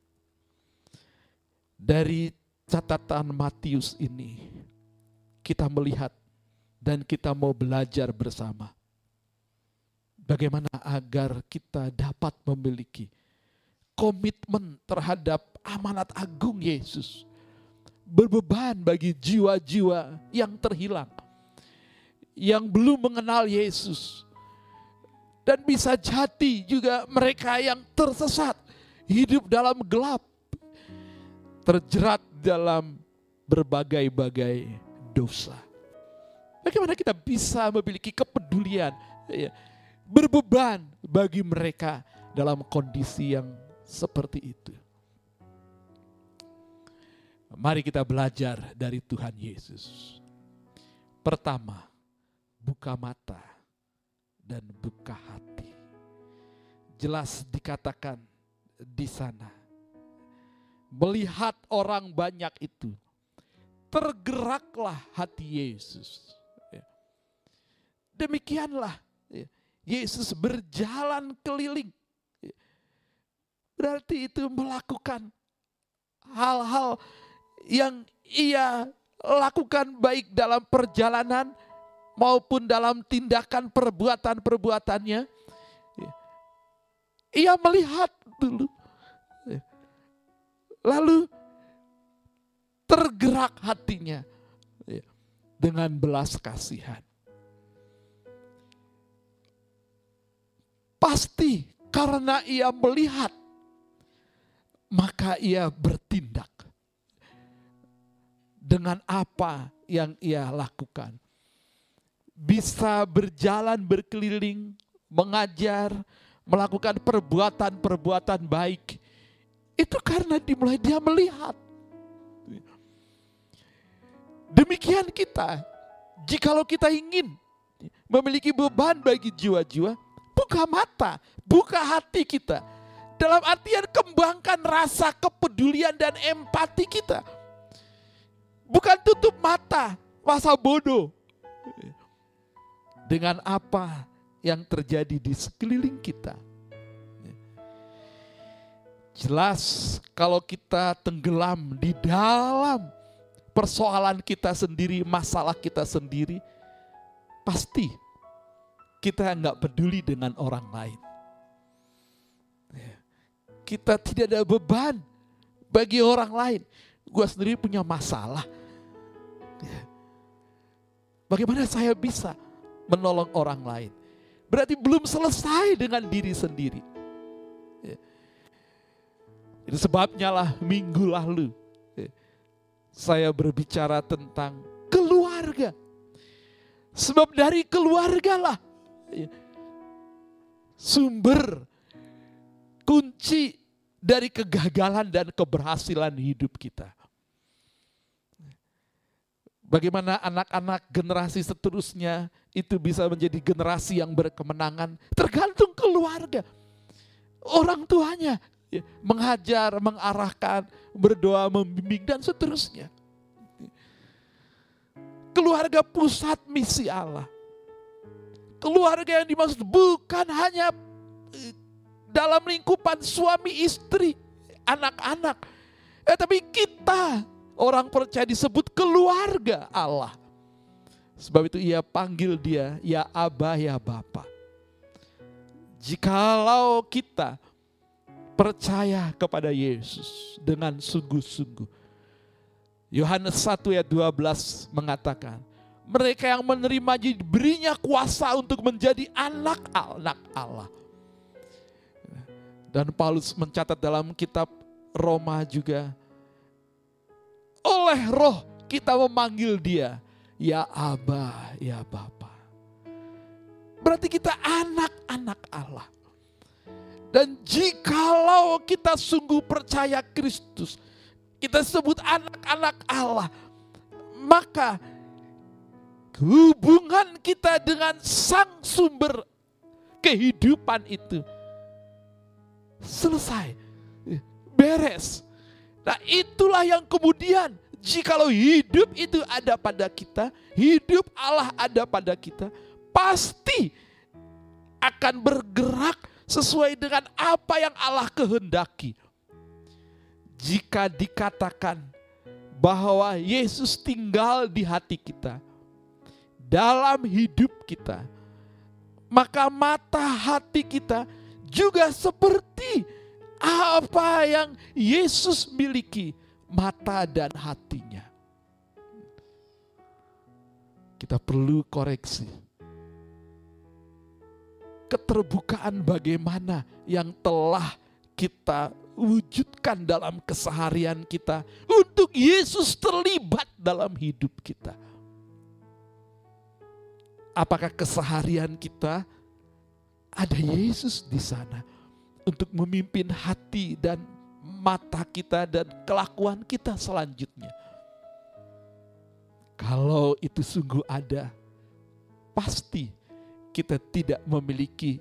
Dari catatan Matius ini kita melihat dan kita mau belajar bersama bagaimana agar kita dapat memiliki komitmen terhadap amanat agung Yesus, berbeban bagi jiwa-jiwa yang terhilang, yang belum mengenal Yesus, dan bisa jadi juga mereka yang tersesat, hidup dalam gelap, terjerat dalam berbagai-bagai dosa. Bagaimana kita bisa memiliki kepedulian, berbeban bagi mereka dalam kondisi yang seperti itu. Mari kita belajar dari Tuhan Yesus. Pertama, buka mata dan buka hati. Jelas dikatakan di sana, melihat orang banyak itu, tergeraklah hati Yesus. Demikianlah Yesus berjalan keliling. Berarti itu melakukan hal-hal yang ia lakukan baik dalam perjalanan maupun dalam tindakan perbuatan-perbuatannya. Ia melihat dulu, lalu tergerak hatinya dengan belas kasihan. Pasti karena ia melihat, maka ia bertindak dengan apa yang ia lakukan. Bisa berjalan berkeliling, mengajar, melakukan perbuatan-perbuatan baik. Itu karena dimulai dia melihat. Demikian kita, jikalau kita ingin memiliki beban bagi jiwa-jiwa, buka mata, buka hati kita. Dalam artian kembangkan rasa kepedulian dan empati kita. Bukan tutup mata, masa bodoh. Dengan apa yang terjadi di sekeliling kita. Jelas kalau kita tenggelam di dalam persoalan kita sendiri, masalah kita sendiri, pasti kita nggak peduli dengan orang lain. Kita tidak ada beban bagi orang lain. Gua sendiri punya masalah. Bagaimana saya bisa menolong orang lain? Berarti belum selesai dengan diri sendiri. Itu sebabnya lah minggu lalu saya berbicara tentang keluarga. Sebab dari keluarga lah sumber kunci dari kegagalan dan keberhasilan hidup kita. Bagaimana anak-anak generasi seterusnya itu bisa menjadi generasi yang berkemenangan, tergantung keluarga. Orang tuanya mengajar, mengarahkan, berdoa, membimbing, dan seterusnya. Keluarga pusat misi Allah. Keluarga yang dimaksud bukan hanya dalam lingkupan suami istri, anak-anak. Tapi kita, orang percaya disebut keluarga Allah. Sebab itu ia panggil dia, ya Aba, ya Bapa. Jikalau kita percaya kepada Yesus dengan sungguh-sungguh. Yohanes 1 ayat 12 mengatakan, mereka yang menerima diberinya kuasa untuk menjadi anak-anak Allah. Dan Paulus mencatat dalam kitab Roma juga, oleh roh kita memanggil dia, ya Aba, ya Bapa. Berarti kita anak-anak Allah. Dan jikalau kita sungguh percaya Kristus, kita sebut anak-anak Allah, maka hubungan kita dengan sang sumber kehidupan itu selesai, beres. Nah itulah yang kemudian jikalau hidup itu ada pada kita, hidup Allah ada pada kita, pasti akan bergerak sesuai dengan apa yang Allah kehendaki. Jika dikatakan bahwa Yesus tinggal di hati kita, dalam hidup kita, maka mata hati kita juga seperti apa yang Yesus miliki, mata dan hatinya. Kita perlu koreksi. Keterbukaan bagaimana yang telah kita wujudkan dalam keseharian kita untuk Yesus terlibat dalam hidup kita. Apakah keseharian kita ada Yesus di sana untuk memimpin hati dan mata kita dan kelakuan kita selanjutnya? Kalau itu sungguh ada, pasti kita tidak memiliki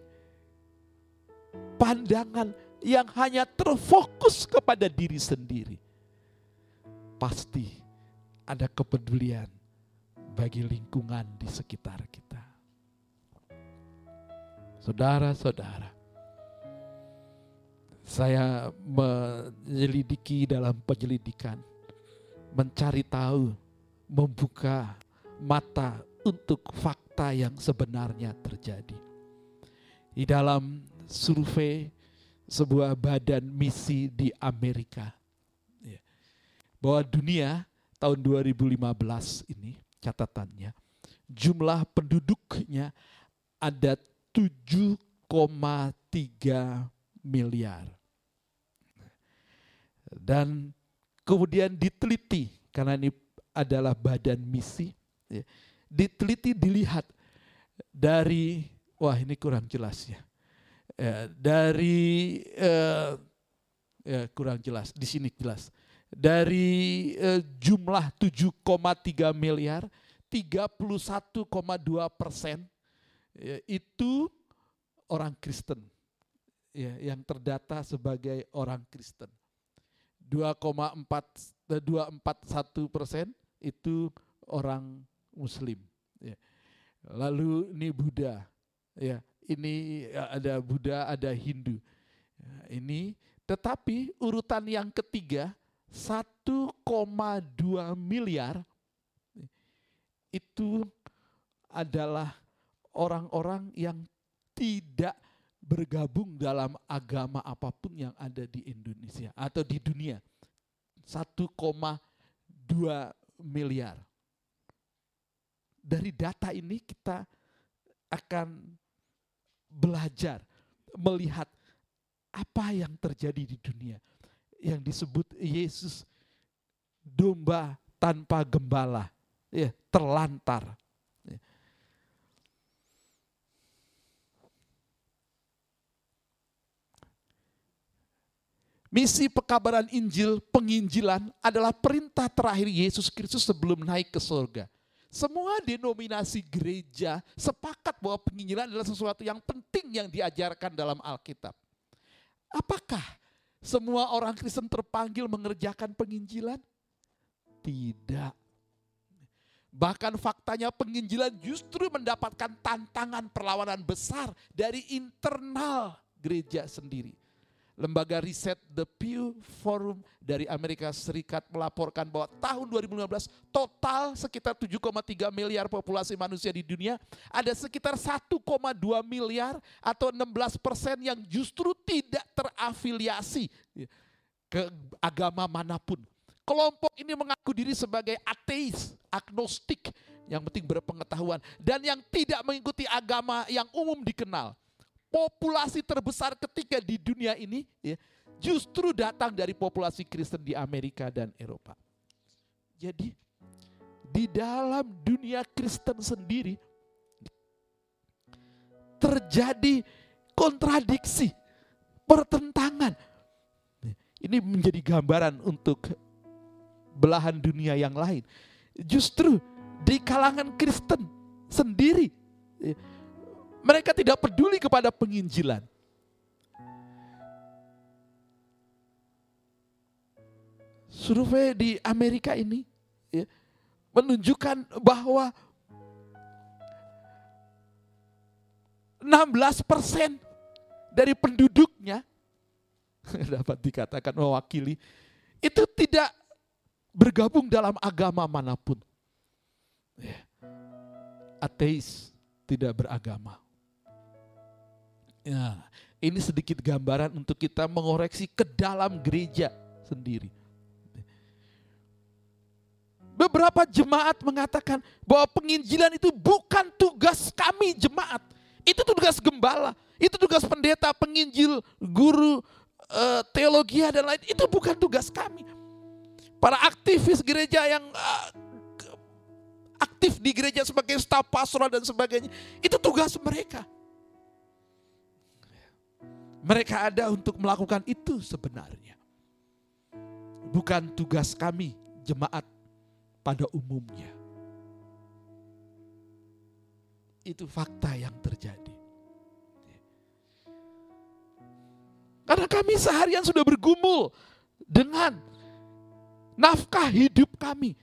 pandangan yang hanya terfokus kepada diri sendiri. Pasti ada kepedulian bagi lingkungan di sekitar kita. Saudara-saudara, saya menyelidiki dalam penyelidikan, mencari tahu, membuka mata untuk fakta yang sebenarnya terjadi. Di dalam survei sebuah badan misi di Amerika, bahwa dunia tahun 2015 ini catatannya, jumlah penduduknya ada 7,3 miliar. Dan kemudian diteliti, karena ini adalah badan misi, ya, diteliti, dilihat dari, wah ini kurang jelas ya, dari kurang jelas, di sini jelas, dari jumlah 7,3 miliar, 31,2% itu orang Kristen, ya, yang terdata sebagai orang Kristen. 2,41% itu orang Muslim. Ya. Lalu ini Buddha, ya, ini ada Buddha, ada Hindu. Ya, ini, tetapi urutan yang ketiga 1,2 miliar itu adalah orang-orang yang tidak bergabung dalam agama apapun yang ada di Indonesia atau di dunia. 1,2 miliar. Dari data ini kita akan belajar, melihat apa yang terjadi di dunia. Yang disebut Yesus domba tanpa gembala, ya, terlantar. Misi pekabaran Injil, penginjilan adalah perintah terakhir Yesus Kristus sebelum naik ke surga. Semua denominasi gereja sepakat bahwa penginjilan adalah sesuatu yang penting yang diajarkan dalam Alkitab. Apakah semua orang Kristen terpanggil mengerjakan penginjilan? Tidak. Bahkan faktanya penginjilan justru mendapatkan tantangan perlawanan besar dari internal gereja sendiri. Lembaga riset The Pew Forum dari Amerika Serikat melaporkan bahwa tahun 2015 total sekitar 7,3 miliar populasi manusia di dunia, ada sekitar 1,2 miliar atau 16% yang justru tidak terafiliasi ke agama manapun. Kelompok ini mengaku diri sebagai ateis, agnostik, yang penting berpengetahuan, dan yang tidak mengikuti agama yang umum dikenal. Populasi terbesar ketiga di dunia ini, ya, justru datang dari populasi Kristen di Amerika dan Eropa. Jadi di dalam dunia Kristen sendiri terjadi kontradiksi, pertentangan. Ini menjadi gambaran untuk belahan dunia yang lain. Justru di kalangan Kristen sendiri, mereka tidak peduli kepada penginjilan. Survei di Amerika ini, ya, menunjukkan bahwa 16% dari penduduknya dapat dikatakan mewakili itu tidak bergabung dalam agama manapun. Ya. Ateis, tidak beragama. Ya, ini sedikit gambaran untuk kita mengoreksi ke dalam gereja sendiri. Beberapa jemaat mengatakan bahwa penginjilan itu bukan tugas kami jemaat. Itu tugas gembala, itu tugas pendeta, penginjil, guru, teologi dan lain. Itu bukan tugas kami. Para aktivis gereja yang aktif di gereja sebagai staf pastoral dan sebagainya, itu tugas mereka. Mereka ada untuk melakukan itu sebenarnya. Bukan tugas kami jemaat pada umumnya. Itu fakta yang terjadi. Karena kami seharian sudah bergumul dengan nafkah hidup kami.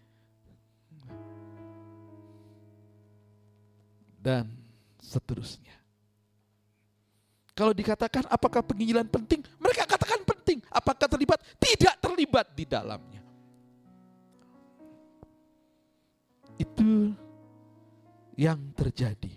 Dan seterusnya. Kalau dikatakan apakah penginjilan penting? Mereka katakan penting. Apakah terlibat? Tidak terlibat di dalamnya. Itu yang terjadi.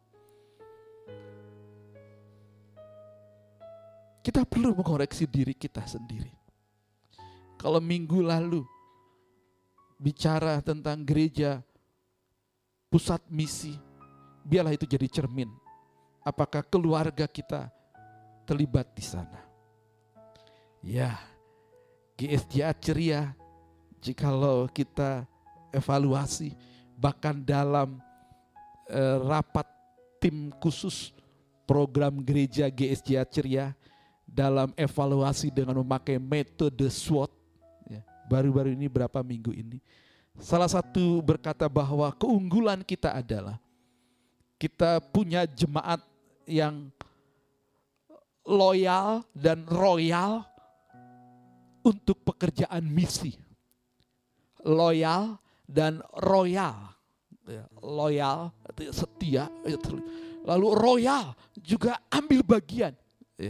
Kita perlu mengoreksi diri kita sendiri. Kalau minggu lalu bicara tentang gereja pusat misi, biarlah itu jadi cermin. Apakah keluarga kita terlibat di sana? Ya, GSJA ceria, jikalau kita evaluasi, bahkan dalam rapat tim khusus program gereja GSJA ceria, dalam evaluasi dengan memakai metode SWOT, ya, baru-baru ini berapa minggu ini, salah satu berkata bahwa keunggulan kita adalah kita punya jemaat yang loyal dan royal untuk pekerjaan misi. Loyal dan royal. Loyal, setia. Lalu royal juga ambil bagian.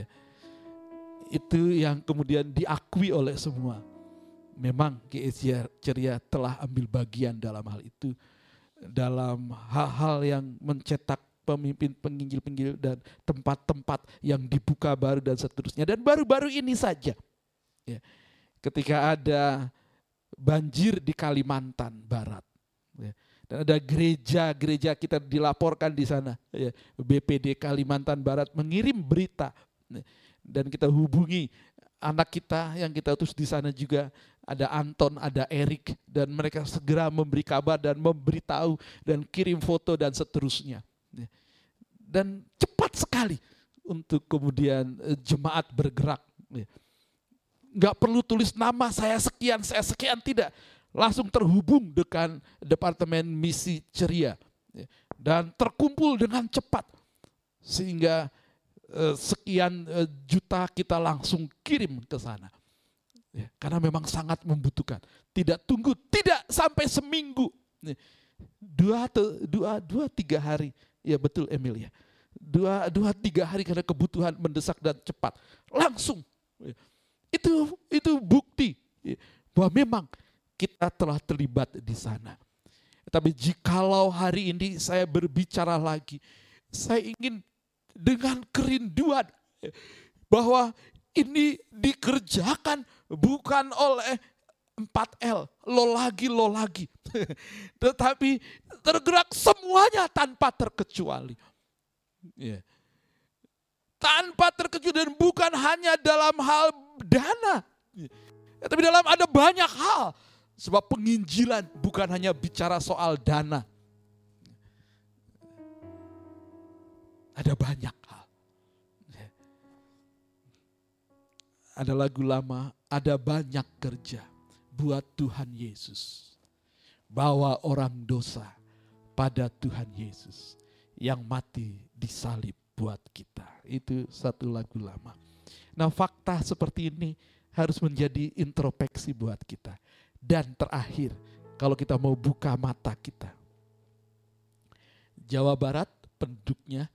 Itu yang kemudian diakui oleh semua. Memang GSJA ceria telah ambil bagian dalam hal itu. Dalam hal-hal yang mencetak pemimpin, penginjil-penginjil dan tempat-tempat yang dibuka baru dan seterusnya. Dan baru-baru ini saja, ya, ketika ada banjir di Kalimantan Barat, ya, dan ada gereja-gereja kita dilaporkan di sana, ya, BPD Kalimantan Barat mengirim berita, ya, dan kita hubungi anak kita yang kita utus di sana juga, ada Anton, ada Erik, dan mereka segera memberi kabar dan memberitahu dan kirim foto dan seterusnya. Dan cepat sekali untuk kemudian jemaat bergerak. Nggak perlu tulis nama saya sekian, tidak. Langsung terhubung dengan Departemen Misi Ceria. Dan terkumpul dengan cepat. Sehingga sekian juta kita langsung kirim ke sana. Karena memang sangat membutuhkan. Tidak tunggu, tidak sampai seminggu. 2-3 hari. Ya betul Emil ya. 2-3 hari karena kebutuhan mendesak dan cepat. Langsung. Itu bukti bahwa memang kita telah terlibat di sana. Tapi jikalau hari ini saya berbicara lagi, saya ingin dengan kerinduan bahwa ini dikerjakan bukan oleh 4L, lo lagi. Tetapi tergerak semuanya tanpa terkecuali. Yeah. Tanpa terkecuali, dan bukan hanya dalam hal dana. Tapi dalam ada banyak hal. Sebab penginjilan bukan hanya bicara soal dana. Ada banyak hal. Ada lagu lama, ada banyak kerja buat Tuhan Yesus. Bawa orang dosa pada Tuhan Yesus yang mati di salib buat kita. Itu satu lagu lama. Nah, fakta seperti ini harus menjadi introspeksi buat kita. Dan terakhir, kalau kita mau buka mata kita. Jawa Barat penduduknya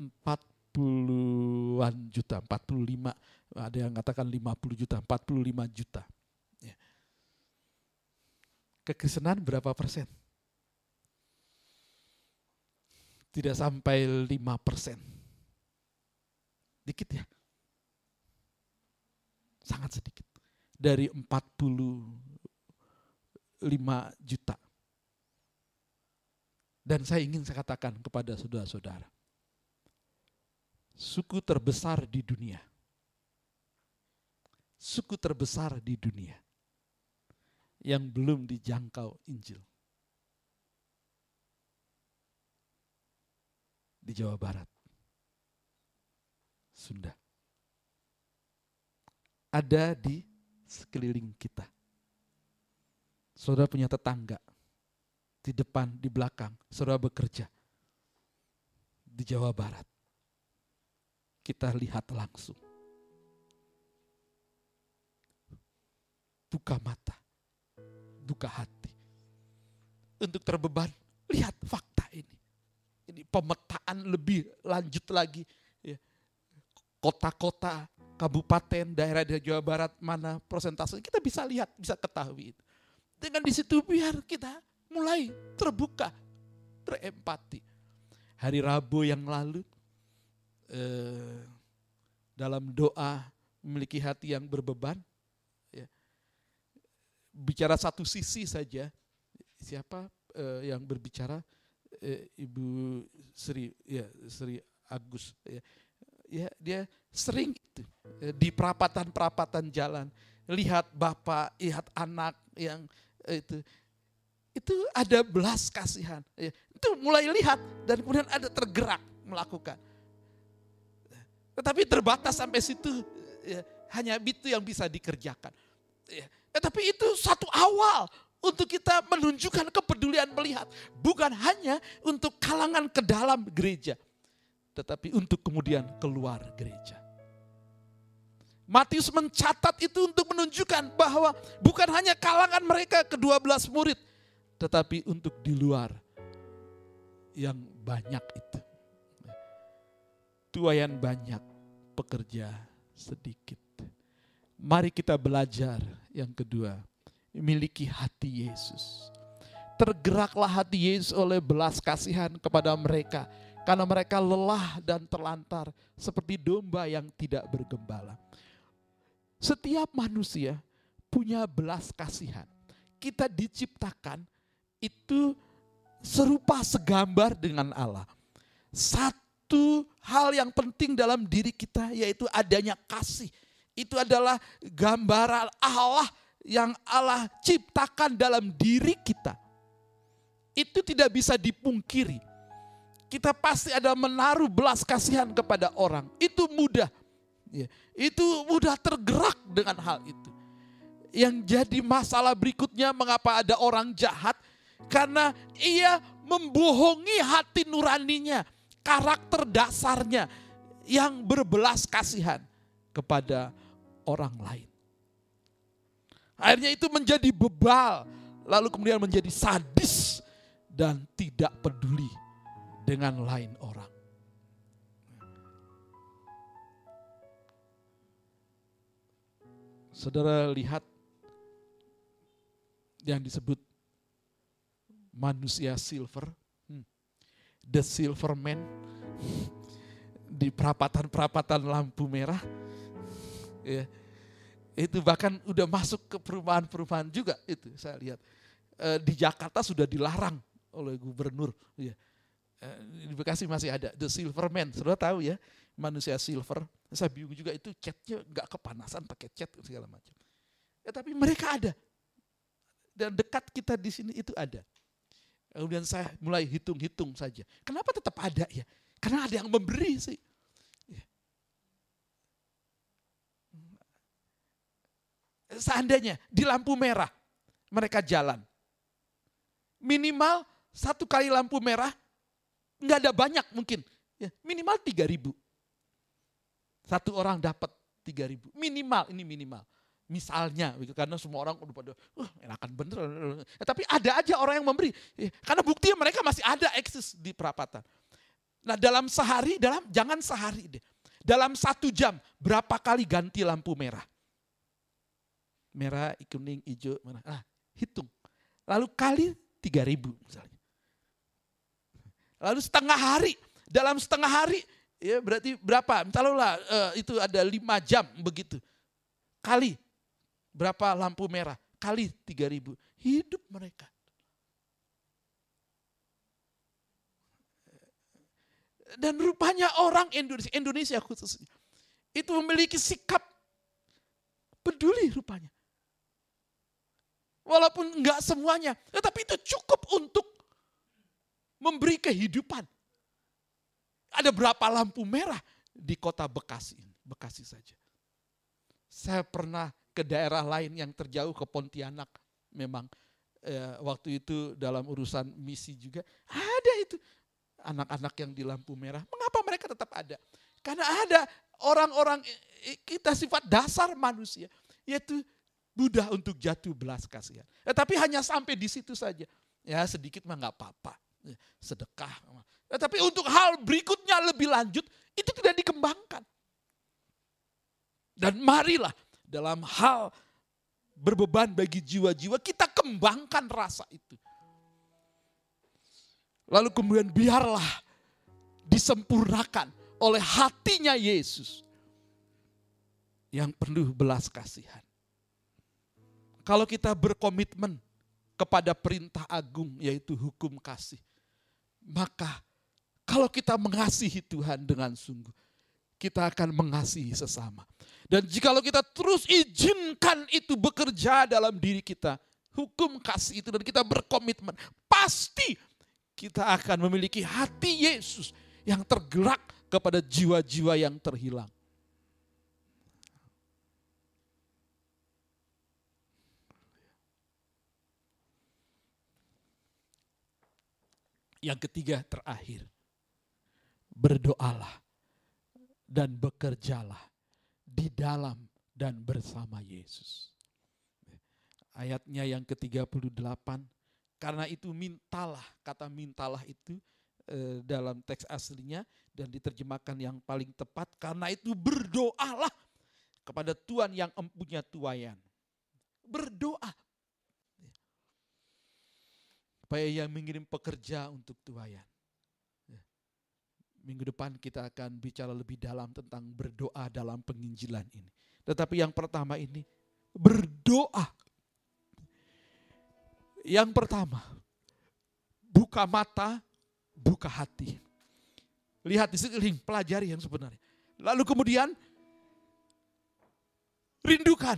40-an juta, 45, ada yang katakan 50 juta, 45 juta. Ya. Kekristenan berapa persen? Tidak sampai 5%. Dikit ya? Sangat sedikit. Dari 45 juta. Dan saya ingin saya katakan kepada saudara-saudara, suku terbesar di dunia, suku terbesar di dunia yang belum dijangkau Injil di Jawa Barat, Sunda. Ada di sekeliling kita. Saudara punya tetangga di depan, di belakang, saudara bekerja di Jawa Barat. Kita lihat langsung. Buka mata, buka hati. Untuk terbeban, lihat fakta ini. Ini pemetaan lebih lanjut lagi. Ya. Kota-kota, kabupaten, daerah di Jawa Barat, mana persentase, kita bisa lihat, bisa ketahui itu. Dengan di situ biar kita mulai terbuka, terempati. Hari Rabu yang lalu, dalam doa memiliki hati yang berbeban, ya, bicara satu sisi saja. Siapa yang berbicara? Ibu Sri, ya, Sri Agus. Ya, dia sering itu di perapatan-perapatan jalan lihat bapak, lihat anak yang itu ada belas kasihan. Ya, itu mulai lihat dan kemudian ada tergerak melakukan. Tetapi terbatas sampai situ, ya, hanya itu yang bisa dikerjakan. Ya, tapi itu satu awal untuk kita menunjukkan kepedulian melihat. Bukan hanya untuk kalangan ke dalam gereja, tetapi untuk kemudian keluar gereja. Matius mencatat itu untuk menunjukkan bahwa bukan hanya kalangan mereka ke-12 murid, tetapi untuk di luar yang banyak itu. Tuaian banyak, pekerja sedikit. Mari kita belajar yang kedua, miliki hati Yesus. Tergeraklah hati Yesus oleh belas kasihan kepada mereka, karena mereka lelah dan terlantar seperti domba yang tidak bergembala. Setiap manusia punya belas kasihan. Kita diciptakan itu serupa segambar dengan Allah. Satu hal yang penting dalam diri kita yaitu adanya kasih. Itu adalah gambaran Allah yang Allah ciptakan dalam diri kita. Itu tidak bisa dipungkiri. Kita pasti ada menaruh belas kasihan kepada orang. Itu mudah. Ya, itu mudah tergerak dengan hal itu. Yang jadi masalah berikutnya, mengapa ada orang jahat? Karena ia membohongi hati nuraninya, karakter dasarnya yang berbelas kasihan kepada orang lain. Akhirnya itu menjadi bebal, lalu kemudian menjadi sadis dan tidak peduli dengan lain orang. Saudara lihat yang disebut manusia silver, the silver man, di perapatan-perapatan lampu merah, ya, itu bahkan udah masuk ke perumahan-perumahan juga itu saya lihat. Di Jakarta sudah dilarang oleh gubernur, ya. Di Bekasi masih ada the silver man, saudara tahu ya, manusia silver. Saya bingung juga itu catnya nggak kepanasan pakai cat segala macam. Ya, tapi mereka ada. Dan dekat kita di sini itu ada. Kemudian saya mulai hitung-hitung saja. Kenapa tetap ada ya? Karena ada yang memberi sih. Ya. Seandainya di lampu merah mereka jalan. Minimal 1 kali lampu merah, nggak ada banyak mungkin. Ya, minimal 3.000. Satu orang dapat 3.000. Minimal, ini minimal. Misalnya, karena semua orang udah pada, enakan bener. Tapi ada aja orang yang memberi. Karena buktinya mereka masih ada eksis di perapatan. Nah dalam sehari, jangan sehari deh. Dalam 1 jam, berapa kali ganti lampu merah? Merah, kuning, hijau, merah. Hitung. Lalu kali 3.000 misalnya. Lalu setengah hari. Dalam setengah hari, ya berarti berapa? Taruhlah itu ada 5 jam begitu. Kali berapa lampu merah? Kali 3.000. Hidup mereka. Dan rupanya orang Indonesia khususnya, itu memiliki sikap peduli rupanya. Walaupun enggak semuanya, tetapi itu cukup untuk memberi kehidupan. Ada berapa lampu merah di kota Bekasi ini? Bekasi saja. Saya pernah ke daerah lain yang terjauh ke Pontianak. Memang waktu itu dalam urusan misi juga ada itu. Anak-anak yang di lampu merah. Mengapa mereka tetap ada? Karena ada orang-orang kita sifat dasar manusia. Yaitu mudah untuk jatuh belas kasihan. Tapi hanya sampai di situ saja. Ya sedikit mah gak apa-apa. Sedekah. Tapi untuk hal berikutnya lebih lanjut, itu tidak dikembangkan. Dan marilah dalam hal berbeban bagi jiwa-jiwa, kita kembangkan rasa itu. Lalu kemudian biarlah disempurnakan oleh hatinya Yesus yang penuh belas kasihan. Kalau kita berkomitmen kepada perintah agung yaitu hukum kasih, maka kalau kita mengasihi Tuhan dengan sungguh, kita akan mengasihi sesama. Dan jikalau kita terus izinkan itu bekerja dalam diri kita, hukum kasih itu, dan kita berkomitmen, pasti kita akan memiliki hati Yesus yang tergerak kepada jiwa-jiwa yang terhilang. Yang ketiga, terakhir, berdoalah dan bekerjalah di dalam dan bersama Yesus. Ayatnya yang ke-38, karena itu mintalah, kata mintalah itu dalam teks aslinya dan diterjemahkan yang paling tepat, karena itu berdoalah kepada Tuhan yang empunya tuaian. Berdoa. Supaya yang mengirim pekerja untuk tuaian. Minggu depan kita akan bicara lebih dalam tentang berdoa dalam penginjilan ini. Tetapi yang pertama ini, berdoa. Yang pertama, buka mata, buka hati. Lihat di sekeliling, pelajari yang sebenarnya. Lalu kemudian, rindukan.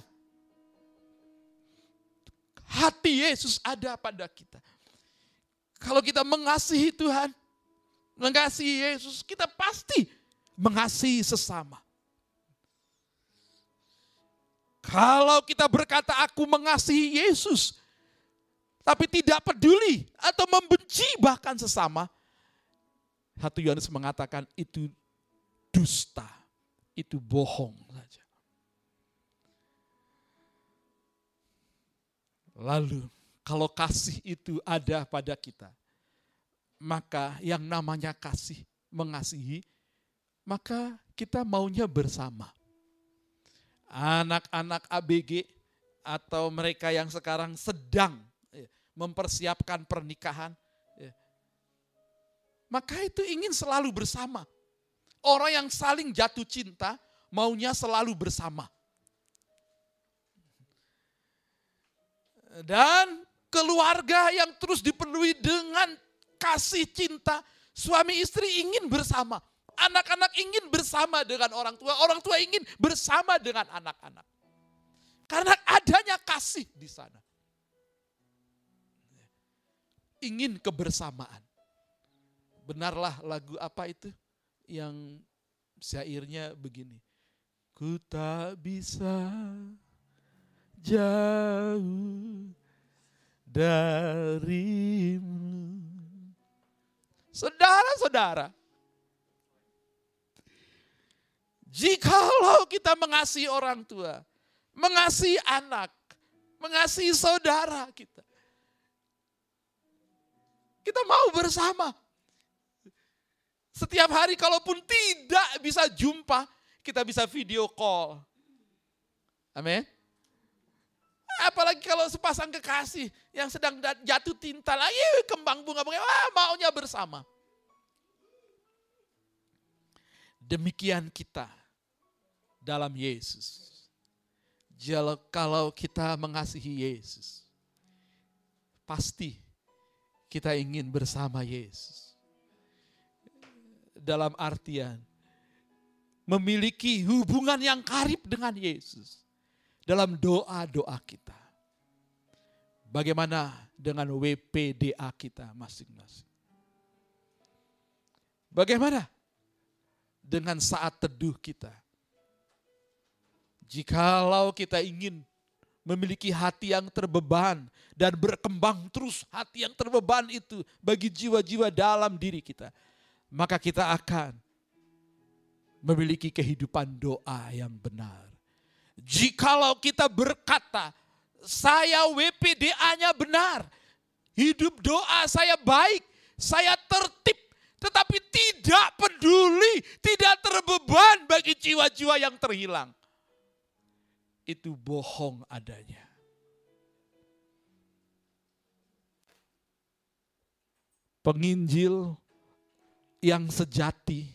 Hati Yesus ada pada kita. Kalau kita mengasihi Tuhan, mengasihi Yesus, kita pasti mengasihi sesama. Kalau kita berkata aku mengasihi Yesus, tapi tidak peduli atau membenci bahkan sesama, 1 Yohanes mengatakan itu dusta, itu bohong saja. Lalu kalau kasih itu ada pada kita, maka yang namanya kasih, mengasihi, maka kita maunya bersama. Anak-anak ABG atau mereka yang sekarang sedang mempersiapkan pernikahan, maka itu ingin selalu bersama. Orang yang saling jatuh cinta maunya selalu bersama. Dan keluarga yang terus dipenuhi dengan kasih cinta, suami istri ingin bersama. Anak-anak ingin bersama dengan orang tua ingin bersama dengan anak-anak. Karena adanya kasih di sana. Ingin kebersamaan. Benarlah lagu apa itu yang syairnya begini. Ku tak bisa jauh darimu. Saudara-saudara, jikalau kita mengasihi orang tua, mengasihi anak, mengasihi saudara kita, kita mau bersama. Setiap hari kalaupun tidak bisa jumpa, kita bisa video call. Amin. Apalagi kalau sepasang kekasih yang sedang jatuh cinta lagi, kembang bunga, maunya bersama. Demikian kita dalam Yesus. Kalau kita mengasihi Yesus, pasti kita ingin bersama Yesus. Dalam artian memiliki hubungan yang karib dengan Yesus. Dalam doa-doa kita. Bagaimana dengan WPDA kita masing-masing? Bagaimana dengan saat teduh kita? Jikalau kita ingin memiliki hati yang terbeban dan berkembang terus hati yang terbeban itu bagi jiwa-jiwa dalam diri kita, maka kita akan memiliki kehidupan doa yang benar. Jikalau kita berkata, saya WPDA-nya benar, hidup doa saya baik, saya tertib, tetapi tidak peduli, tidak terbeban bagi jiwa-jiwa yang terhilang, itu bohong adanya. Penginjil yang sejati,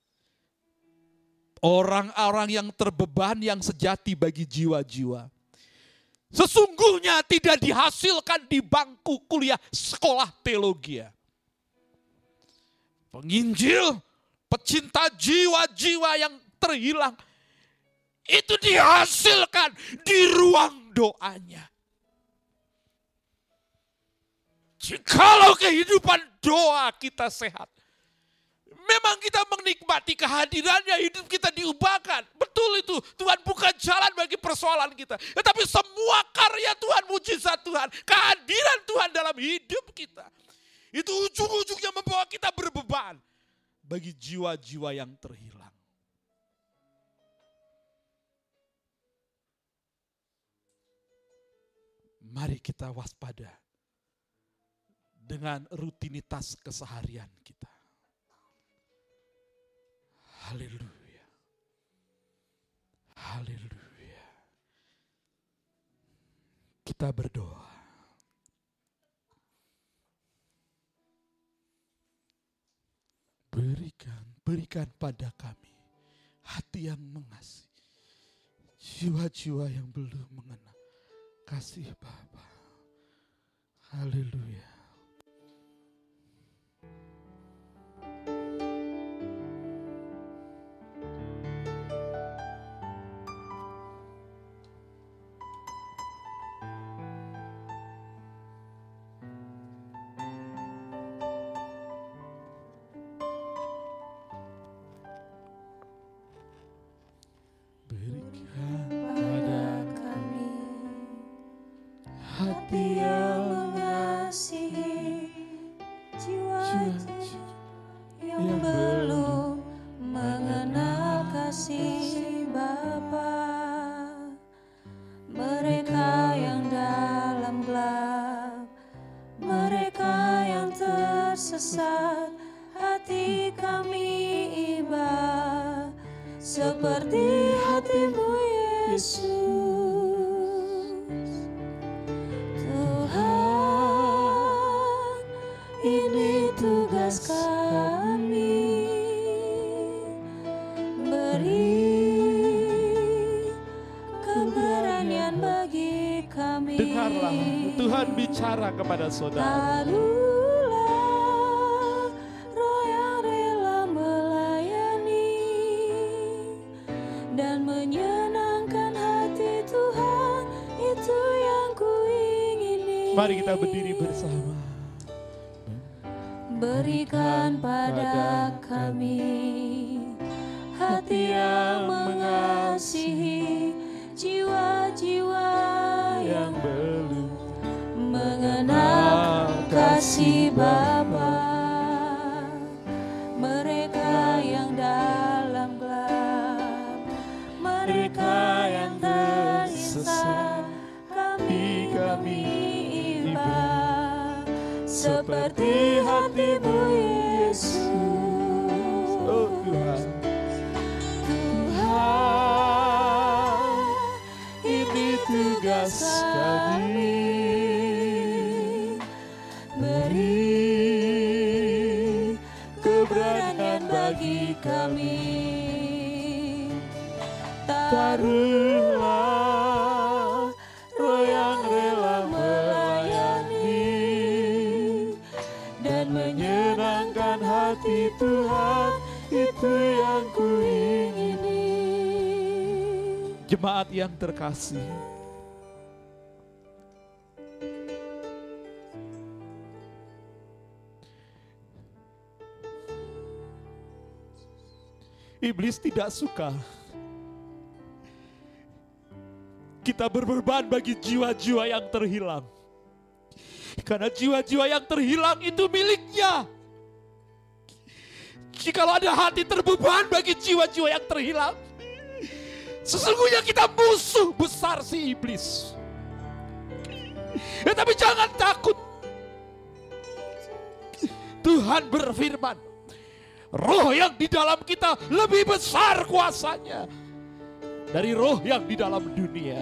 orang-orang yang terbeban yang sejati bagi jiwa-jiwa, sesungguhnya tidak dihasilkan di bangku kuliah sekolah teologi. Penginjil, pecinta jiwa-jiwa yang terhilang, itu dihasilkan di ruang doanya. Jikalau kehidupan doa kita sehat, memang kita menikmati kehadirannya, hidup kita diubahkan. Betul itu, Tuhan buka jalan bagi persoalan kita. Tetapi semua karya Tuhan, mujizat Tuhan, kehadiran Tuhan dalam hidup kita, itu ujung-ujungnya membawa kita berbeban bagi jiwa-jiwa yang terhilang. Mari kita waspada dengan rutinitas keseharian kita. Haleluya. Haleluya. Kita berdoa. Berikan pada kami hati yang mengasihi, jiwa-jiwa yang belum mengenal kasih Bapa. Haleluya. Hati yang mengasihi, jiwa-jiwa yang belum mengenal kasih Bapa. Mereka yang dalam gelap, mereka yang tersesat, hati kami iba seperti hati-Mu Yesus. Ini tugas kami, beri keberanian bagi kami. Dengarlah, Tuhan bicara kepada saudara. Taruhlah roh yang rela melayani dan menyenangkan hati Tuhan, itu yang kuingini. Mari kita berdiri bersama. Berikan pada kami hati yang mengasihi, jiwa-jiwa yang belum mengenal kasih Bapa. Mereka yang dalam gelap, mereka yang tersesat, kami iba seperti hati-Mu Yesus. Oh Tuhan, Tuhan, ini tugas kami, beri keberanian bagi kami. Taruhlah roh yang rela melayani dan menyenangkan hati Tuhan, itu yang kuingini. jemaat yang terkasih, iblis tidak suka kita berbeban bagi jiwa-jiwa yang terhilang. Karena jiwa-jiwa yang terhilang itu miliknya. Jikalau ada hati terbeban bagi jiwa-jiwa yang terhilang, sesungguhnya kita musuh besar si iblis. Tapi jangan takut. Tuhan berfirman, roh yang di dalam kita lebih besar kuasanya dari roh yang di dalam dunia.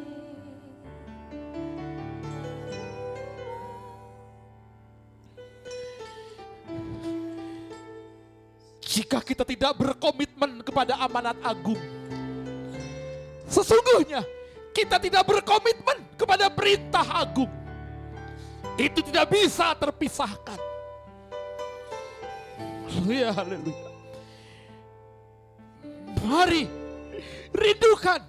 Jika kita tidak berkomitmen kepada amanat agung, sesungguhnya kita tidak berkomitmen kepada perintah agung, itu tidak bisa terpisahkan. Haleluya, haleluya. Mari rindukan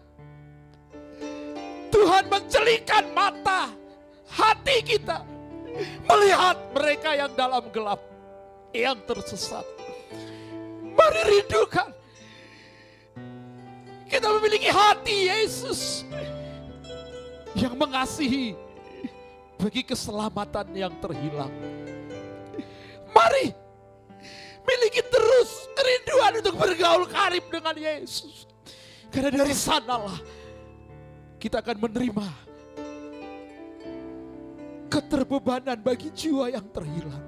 Tuhan menjelikan mata hati kita, melihat mereka yang dalam gelap, yang tersesat. Mari rindukan kita memiliki hati Yesus yang mengasihi bagi keselamatan yang terhilang. Mari miliki terus kerinduan untuk bergaul karib dengan Yesus. Karena dari sanalah kita akan menerima keterbebanan bagi jiwa yang terhilang.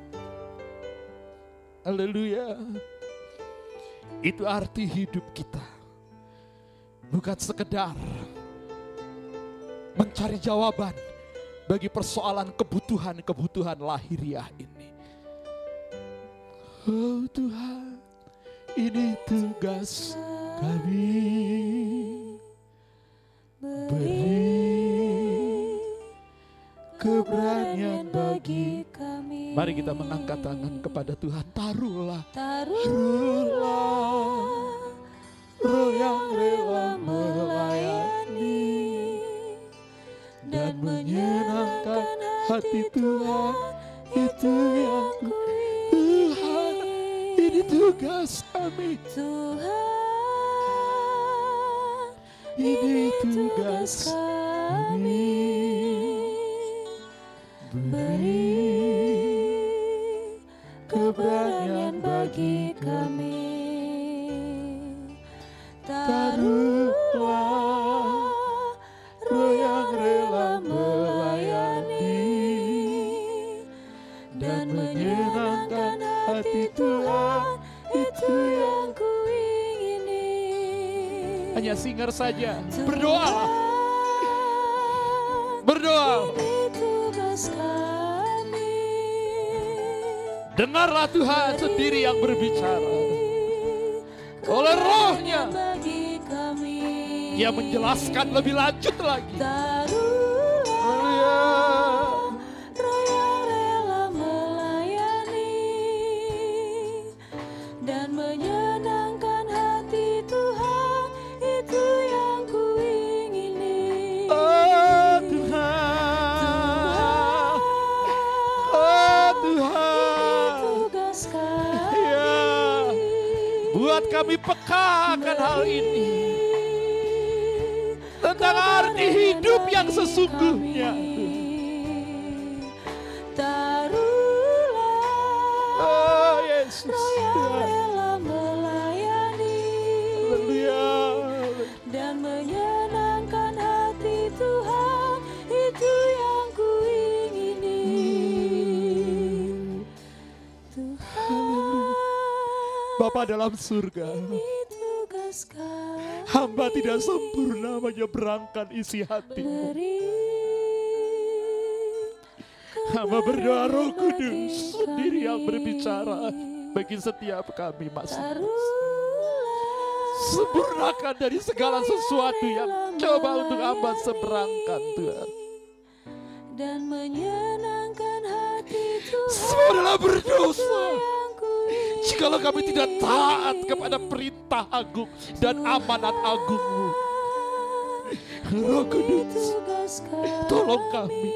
Haleluya. Itu arti hidup kita. Bukan sekedar mencari jawaban bagi persoalan kebutuhan-kebutuhan lahiriah ini. Oh Tuhan, ini tugas kami. Beri keberanian bagi kami. Mari kita mengangkat tangan kepada Tuhan. Taruhlah roh yang rela melayani dan menyenangkan hati Tuhan. Itu yang Tuhan, ini tugas kami. Tuhan, ini tugas kami. Beri keberanian bagi kami. Taruhlah roh yang rela melayani dan menyenangkan hati Tuhan. Itu yang kuingini. Hanya singer saja. Berdoa. Berdoa. Dengarlah Tuhan sendiri yang berbicara. Oleh rohnya Dia menjelaskan lebih lanjut lagi. Roh yang rela melayani dan menyenangkan hati Tuhan. Itu yang kuingini. Oh Tuhan, oh Tuhan, Tugas kami. ya, buat kami peka akan hal ini, tentang arti hidup yang sesungguhnya. Taruhlah Oh Yesus, roh yang rela melayani haleluya. dan menyenangkan hati Tuhan. Itu yang kuingini. Tuhan, Bapa dalam surga, ini tugas kami. hamba tidak sempurna menyeberangkan isi hati-Mu. Beri Hamba berdoa Roh Kudus bagi sendiri yang kami. berbicara bagi setiap kami masing-masing. Taruhlah Sempurnakan dari segala sesuatu yang coba untuk hamba seberangkan Tuhan. dan menyenangkan hati Tuhan. Semua adalah berdosa. Yang kuingini. Jikalau kami tidak taat kepada perintah agung dan amanat agung-Mu. Roh Kudus, Tugas kami. tolong kami.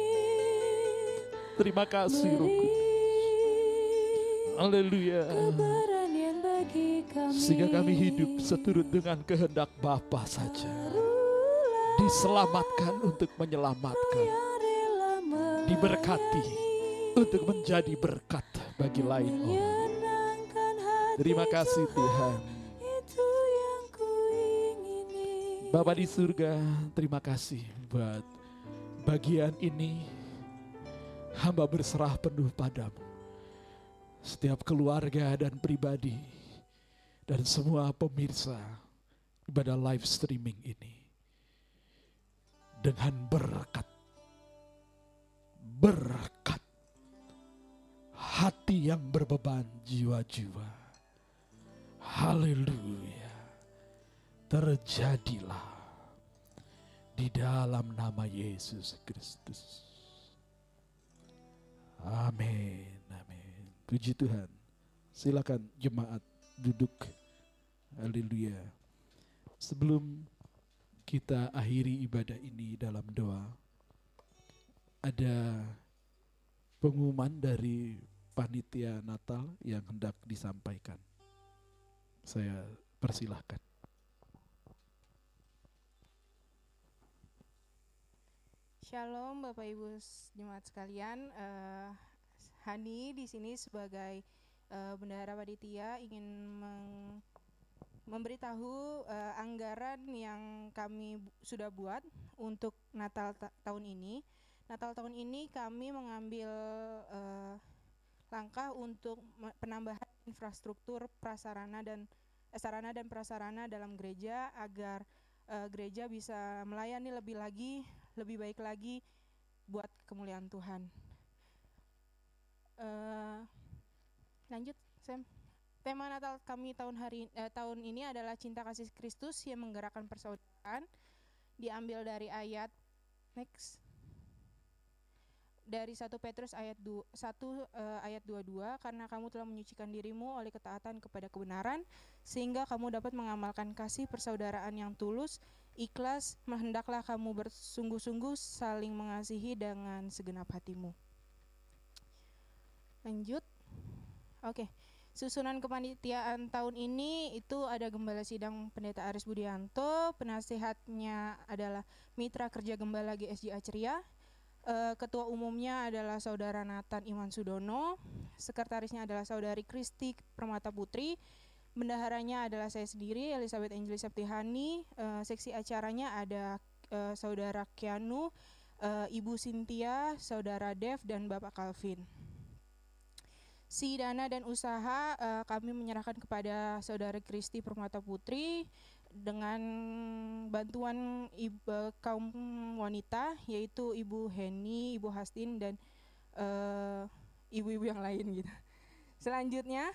Terima kasih Roh Kudus. Haleluya. Keberanian bagi kami. Sehingga kami hidup seturut dengan kehendak Bapa saja. Diselamatkan untuk menyelamatkan. Rela Diberkati untuk menjadi berkat bagi lain orang. menyenangkan hati Terima kasih Tuhan. itu yang kuingini. Bapa di surga, terima kasih buat bagian ini. Hamba berserah penuh padamu. Setiap keluarga dan pribadi dan semua pemirsa ibadah live streaming ini. Dengan berkat hati yang berbeban jiwa-jiwa. Haleluya. Terjadilah di dalam nama Yesus Kristus. Amin, amin. Puji Tuhan. Silakan jemaat duduk. Haleluya. Sebelum kita akhiri ibadah ini dalam doa, ada pengumuman dari panitia Natal yang hendak disampaikan. Saya persilahkan. Shalom Bapak Ibu jemaat sekalian. Hani di sini sebagai bendahara panitia ingin memberitahu anggaran yang kami sudah buat untuk Natal tahun ini. Natal tahun ini kami mengambil langkah untuk penambahan infrastruktur sarana dan prasarana dalam gereja agar gereja bisa melayani lebih baik lagi buat kemuliaan Tuhan. Lanjut, Sam. Tema Natal kami tahun ini adalah cinta kasih Kristus yang menggerakkan persaudaraan. Diambil dari ayat dari 1 Petrus ayat 22, karena kamu telah menyucikan dirimu oleh ketaatan kepada kebenaran, sehingga kamu dapat mengamalkan kasih persaudaraan yang tulus, ikhlas, hendaklah kamu bersungguh-sungguh saling mengasihi dengan segenap hatimu. Lanjut. Oke. Susunan kepanitiaan tahun ini itu ada Gembala Sidang Pendeta Aris Budianto, penasihatnya adalah Mitra Kerja Gembala GSJ Aceria, ketua umumnya adalah Saudara Nathan Iman Sudono, sekretarisnya adalah Saudari Kristi Permata Putri, bendaharanya adalah saya sendiri Elizabeth Angelis Septihani, seksi acaranya ada Saudara Kianu, Ibu Cynthia, Saudara Dev, dan Bapak Calvin. Si dana dan usaha kami menyerahkan kepada Saudara Kristi Permata Putri dengan bantuan kaum wanita, yaitu Ibu Heni, Ibu Hastin, dan ibu-ibu yang lain gitu. Selanjutnya,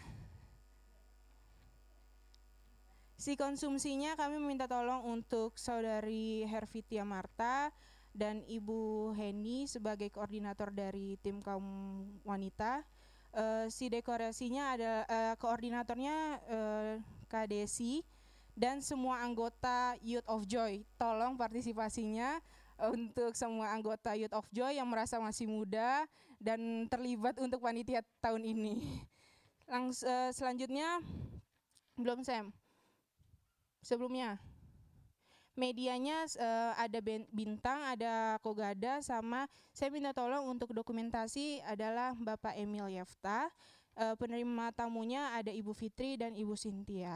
si konsumsinya kami meminta tolong untuk Saudari Hervitia Marta dan Ibu Heni sebagai koordinator dari tim kaum wanita. Si dekorasinya ada koordinatornya Kak Desi dan semua anggota Youth of Joy. Tolong partisipasinya untuk semua anggota Youth of Joy yang merasa masih muda dan terlibat untuk panitia tahun ini. Selanjutnya belum Sam. Sebelumnya medianya ada Bintang, ada Kogada, sama saya minta tolong untuk dokumentasi adalah Bapak Emil Yefta. Penerima tamunya ada Ibu Fitri dan Ibu Cynthia.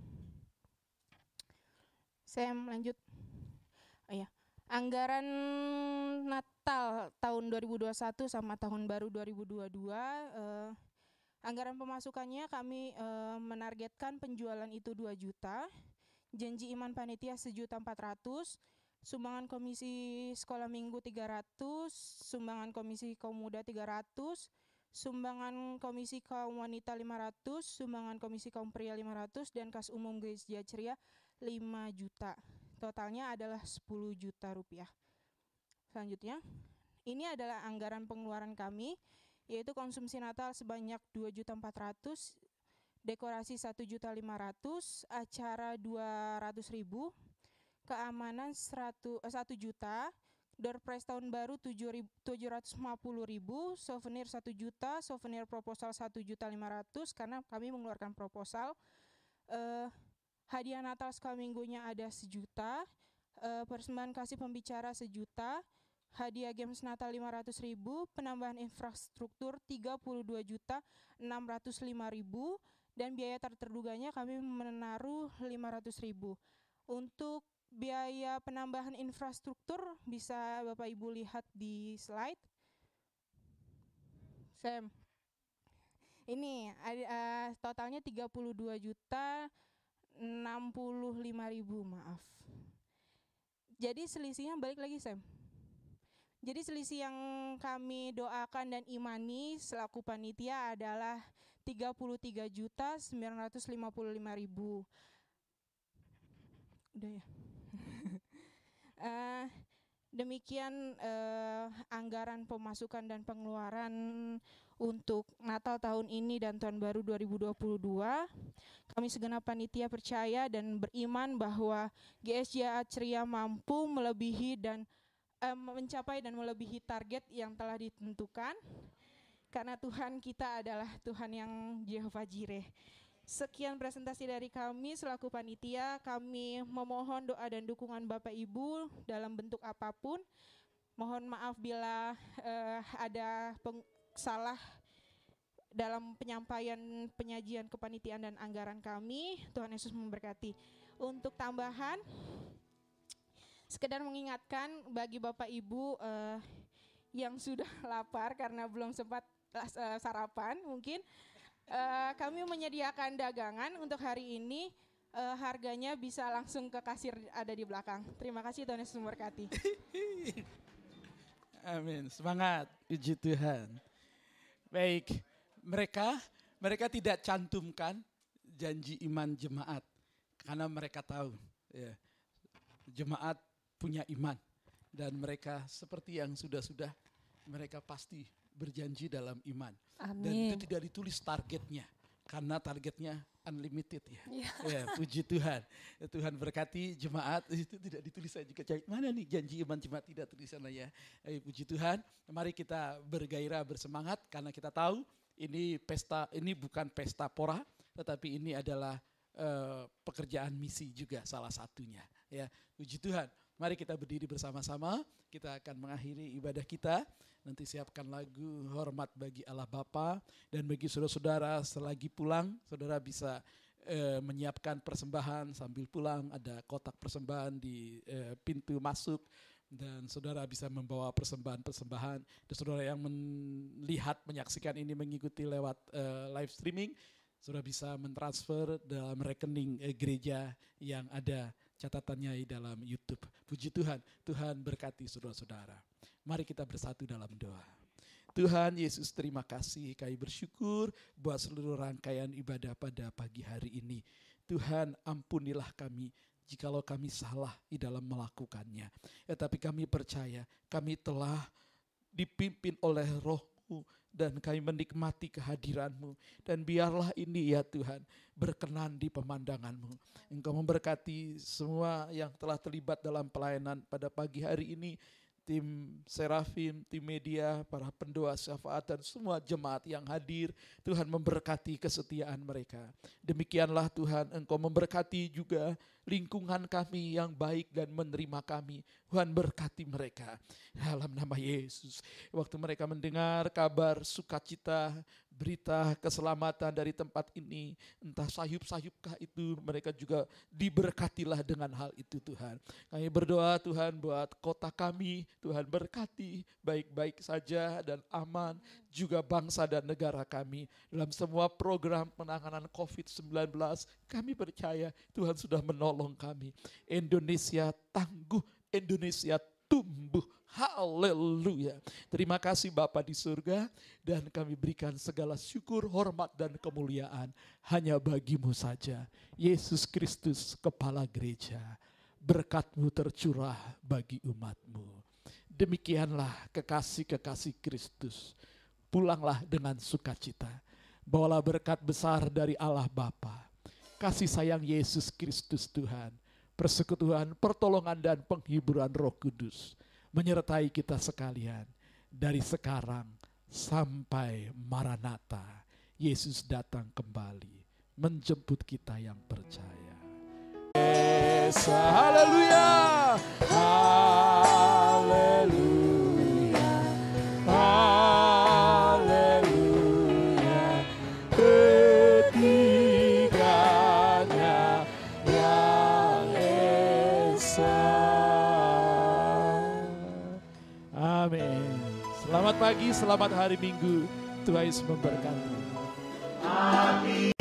Saya lanjut. Anggaran Natal tahun 2021 sama tahun baru 2022, anggaran pemasukannya kami menargetkan penjualan itu 2 juta. Janji iman panitia 1.400.000, sumbangan komisi sekolah minggu 300, sumbangan komisi kaum muda 300, sumbangan komisi kaum wanita 500, sumbangan komisi kaum pria 500, dan kas umum gereja ceria 5 juta. Totalnya adalah 10 juta rupiah. Selanjutnya, ini adalah anggaran pengeluaran kami, yaitu konsumsi Natal sebanyak 2.400.000, dekorasi 1.500.000, acara 200.000, keamanan 1 juta, door prize tahun baru 750.000, souvenir 1 juta, souvenir proposal 1.500.000 karena kami mengeluarkan proposal. Hadiah Natal sekolah minggunya ada 1 juta, persembahan kasih pembicara 1 juta, hadiah games Natal 500.000, penambahan infrastruktur 32.605.000, dan biaya terduganya kami menaruh 500.000. Untuk biaya penambahan infrastruktur bisa Bapak Ibu lihat di slide. Sam. Ini totalnya 32.065.000, maaf. Jadi selisihnya balik lagi Sam. Jadi selisih yang kami doakan dan imani selaku panitia adalah 33.955.000. Udah ya. Demikian anggaran pemasukan dan pengeluaran untuk Natal tahun ini dan Tahun Baru 2022. Kami segenap panitia percaya dan beriman bahwa GSJA Ceria mampu melebihi dan mencapai dan melebihi target yang telah ditentukan. Karena Tuhan kita adalah Tuhan yang Jehovah Jireh. Sekian presentasi dari kami selaku panitia. Kami memohon doa dan dukungan Bapak Ibu dalam bentuk apapun. Mohon maaf bila ada salah dalam penyampaian penyajian kepanitiaan dan anggaran kami. Tuhan Yesus memberkati. Untuk tambahan, sekedar mengingatkan bagi Bapak Ibu yang sudah lapar karena belum sempat sarapan mungkin, kami menyediakan dagangan untuk hari ini, harganya bisa langsung ke kasir ada di belakang. Terima kasih, Tuhan Yesus memberkati. Amin, semangat, puji Tuhan. Baik, mereka tidak cantumkan janji iman jemaat karena mereka tahu ya, jemaat punya iman dan mereka seperti yang sudah mereka pasti berjanji dalam iman. Amin. Dan itu tidak ditulis targetnya karena targetnya unlimited ya. Ya, puji Tuhan. Tuhan berkati jemaat, itu tidak ditulis saya juga. Mana nih janji iman jemaat, tidak tulis sana ya. Puji Tuhan. Mari kita bergairah, bersemangat karena kita tahu ini pesta, ini bukan pesta pora, tetapi ini adalah pekerjaan misi juga salah satunya. Ya, puji Tuhan. Mari kita berdiri bersama-sama. Kita akan mengakhiri ibadah kita. Nanti siapkan lagu hormat bagi Allah Bapa, dan bagi saudara-saudara selagi pulang, saudara bisa menyiapkan persembahan sambil pulang. Ada kotak persembahan di pintu masuk dan saudara bisa membawa persembahan-persembahan. Dan saudara yang melihat, menyaksikan ini mengikuti lewat live streaming, saudara bisa mentransfer dalam rekening gereja yang ada catatannya di dalam YouTube. Puji Tuhan, Tuhan berkati saudara-saudara. Mari kita bersatu dalam doa. Tuhan Yesus, terima kasih, kami bersyukur buat seluruh rangkaian ibadah pada pagi hari ini. Tuhan, ampunilah kami jikalau kami salah di dalam melakukannya. Ya, tapi kami percaya kami telah dipimpin oleh Roh-Mu dan kami menikmati kehadiran-Mu. Dan biarlah ini ya Tuhan berkenan di pemandangan-Mu. Engkau memberkati semua yang telah terlibat dalam pelayanan pada pagi hari ini. Tim Serafim, tim media, para pendoa syafaat dan semua jemaat yang hadir. Tuhan memberkati kesetiaan mereka. Demikianlah Tuhan, Engkau memberkati juga lingkungan kami yang baik dan menerima kami. Tuhan berkati mereka dalam nama Yesus. Waktu mereka mendengar kabar sukacita, berita keselamatan dari tempat ini, entah sayup-sayupkah itu, mereka juga diberkatilah dengan hal itu Tuhan. Kami berdoa Tuhan buat kota kami, Tuhan berkati baik-baik saja dan aman, juga bangsa dan negara kami. Dalam semua program penanganan COVID-19, kami percaya Tuhan sudah menolong kami. Indonesia tangguh, Indonesia tumbuh. Haleluya. Terima kasih Bapa di surga, dan kami berikan segala syukur, hormat dan kemuliaan hanya bagi-Mu saja. Yesus Kristus, Kepala Gereja, berkat-Mu tercurah bagi umat-Mu. Demikianlah kekasih-kekasih Kristus. Pulanglah dengan sukacita. Bawalah berkat besar dari Allah Bapa, kasih sayang Yesus Kristus Tuhan, persekutuan, pertolongan dan penghiburan Roh Kudus menyertai kita sekalian dari sekarang sampai Maranatha. Yesus datang kembali menjemput kita yang percaya. Yes, haleluya. Haleluya. Haleluya. Ketiganya yang esa. Amin. Selamat pagi, selamat hari Minggu. Tuhan Yesus memberkati.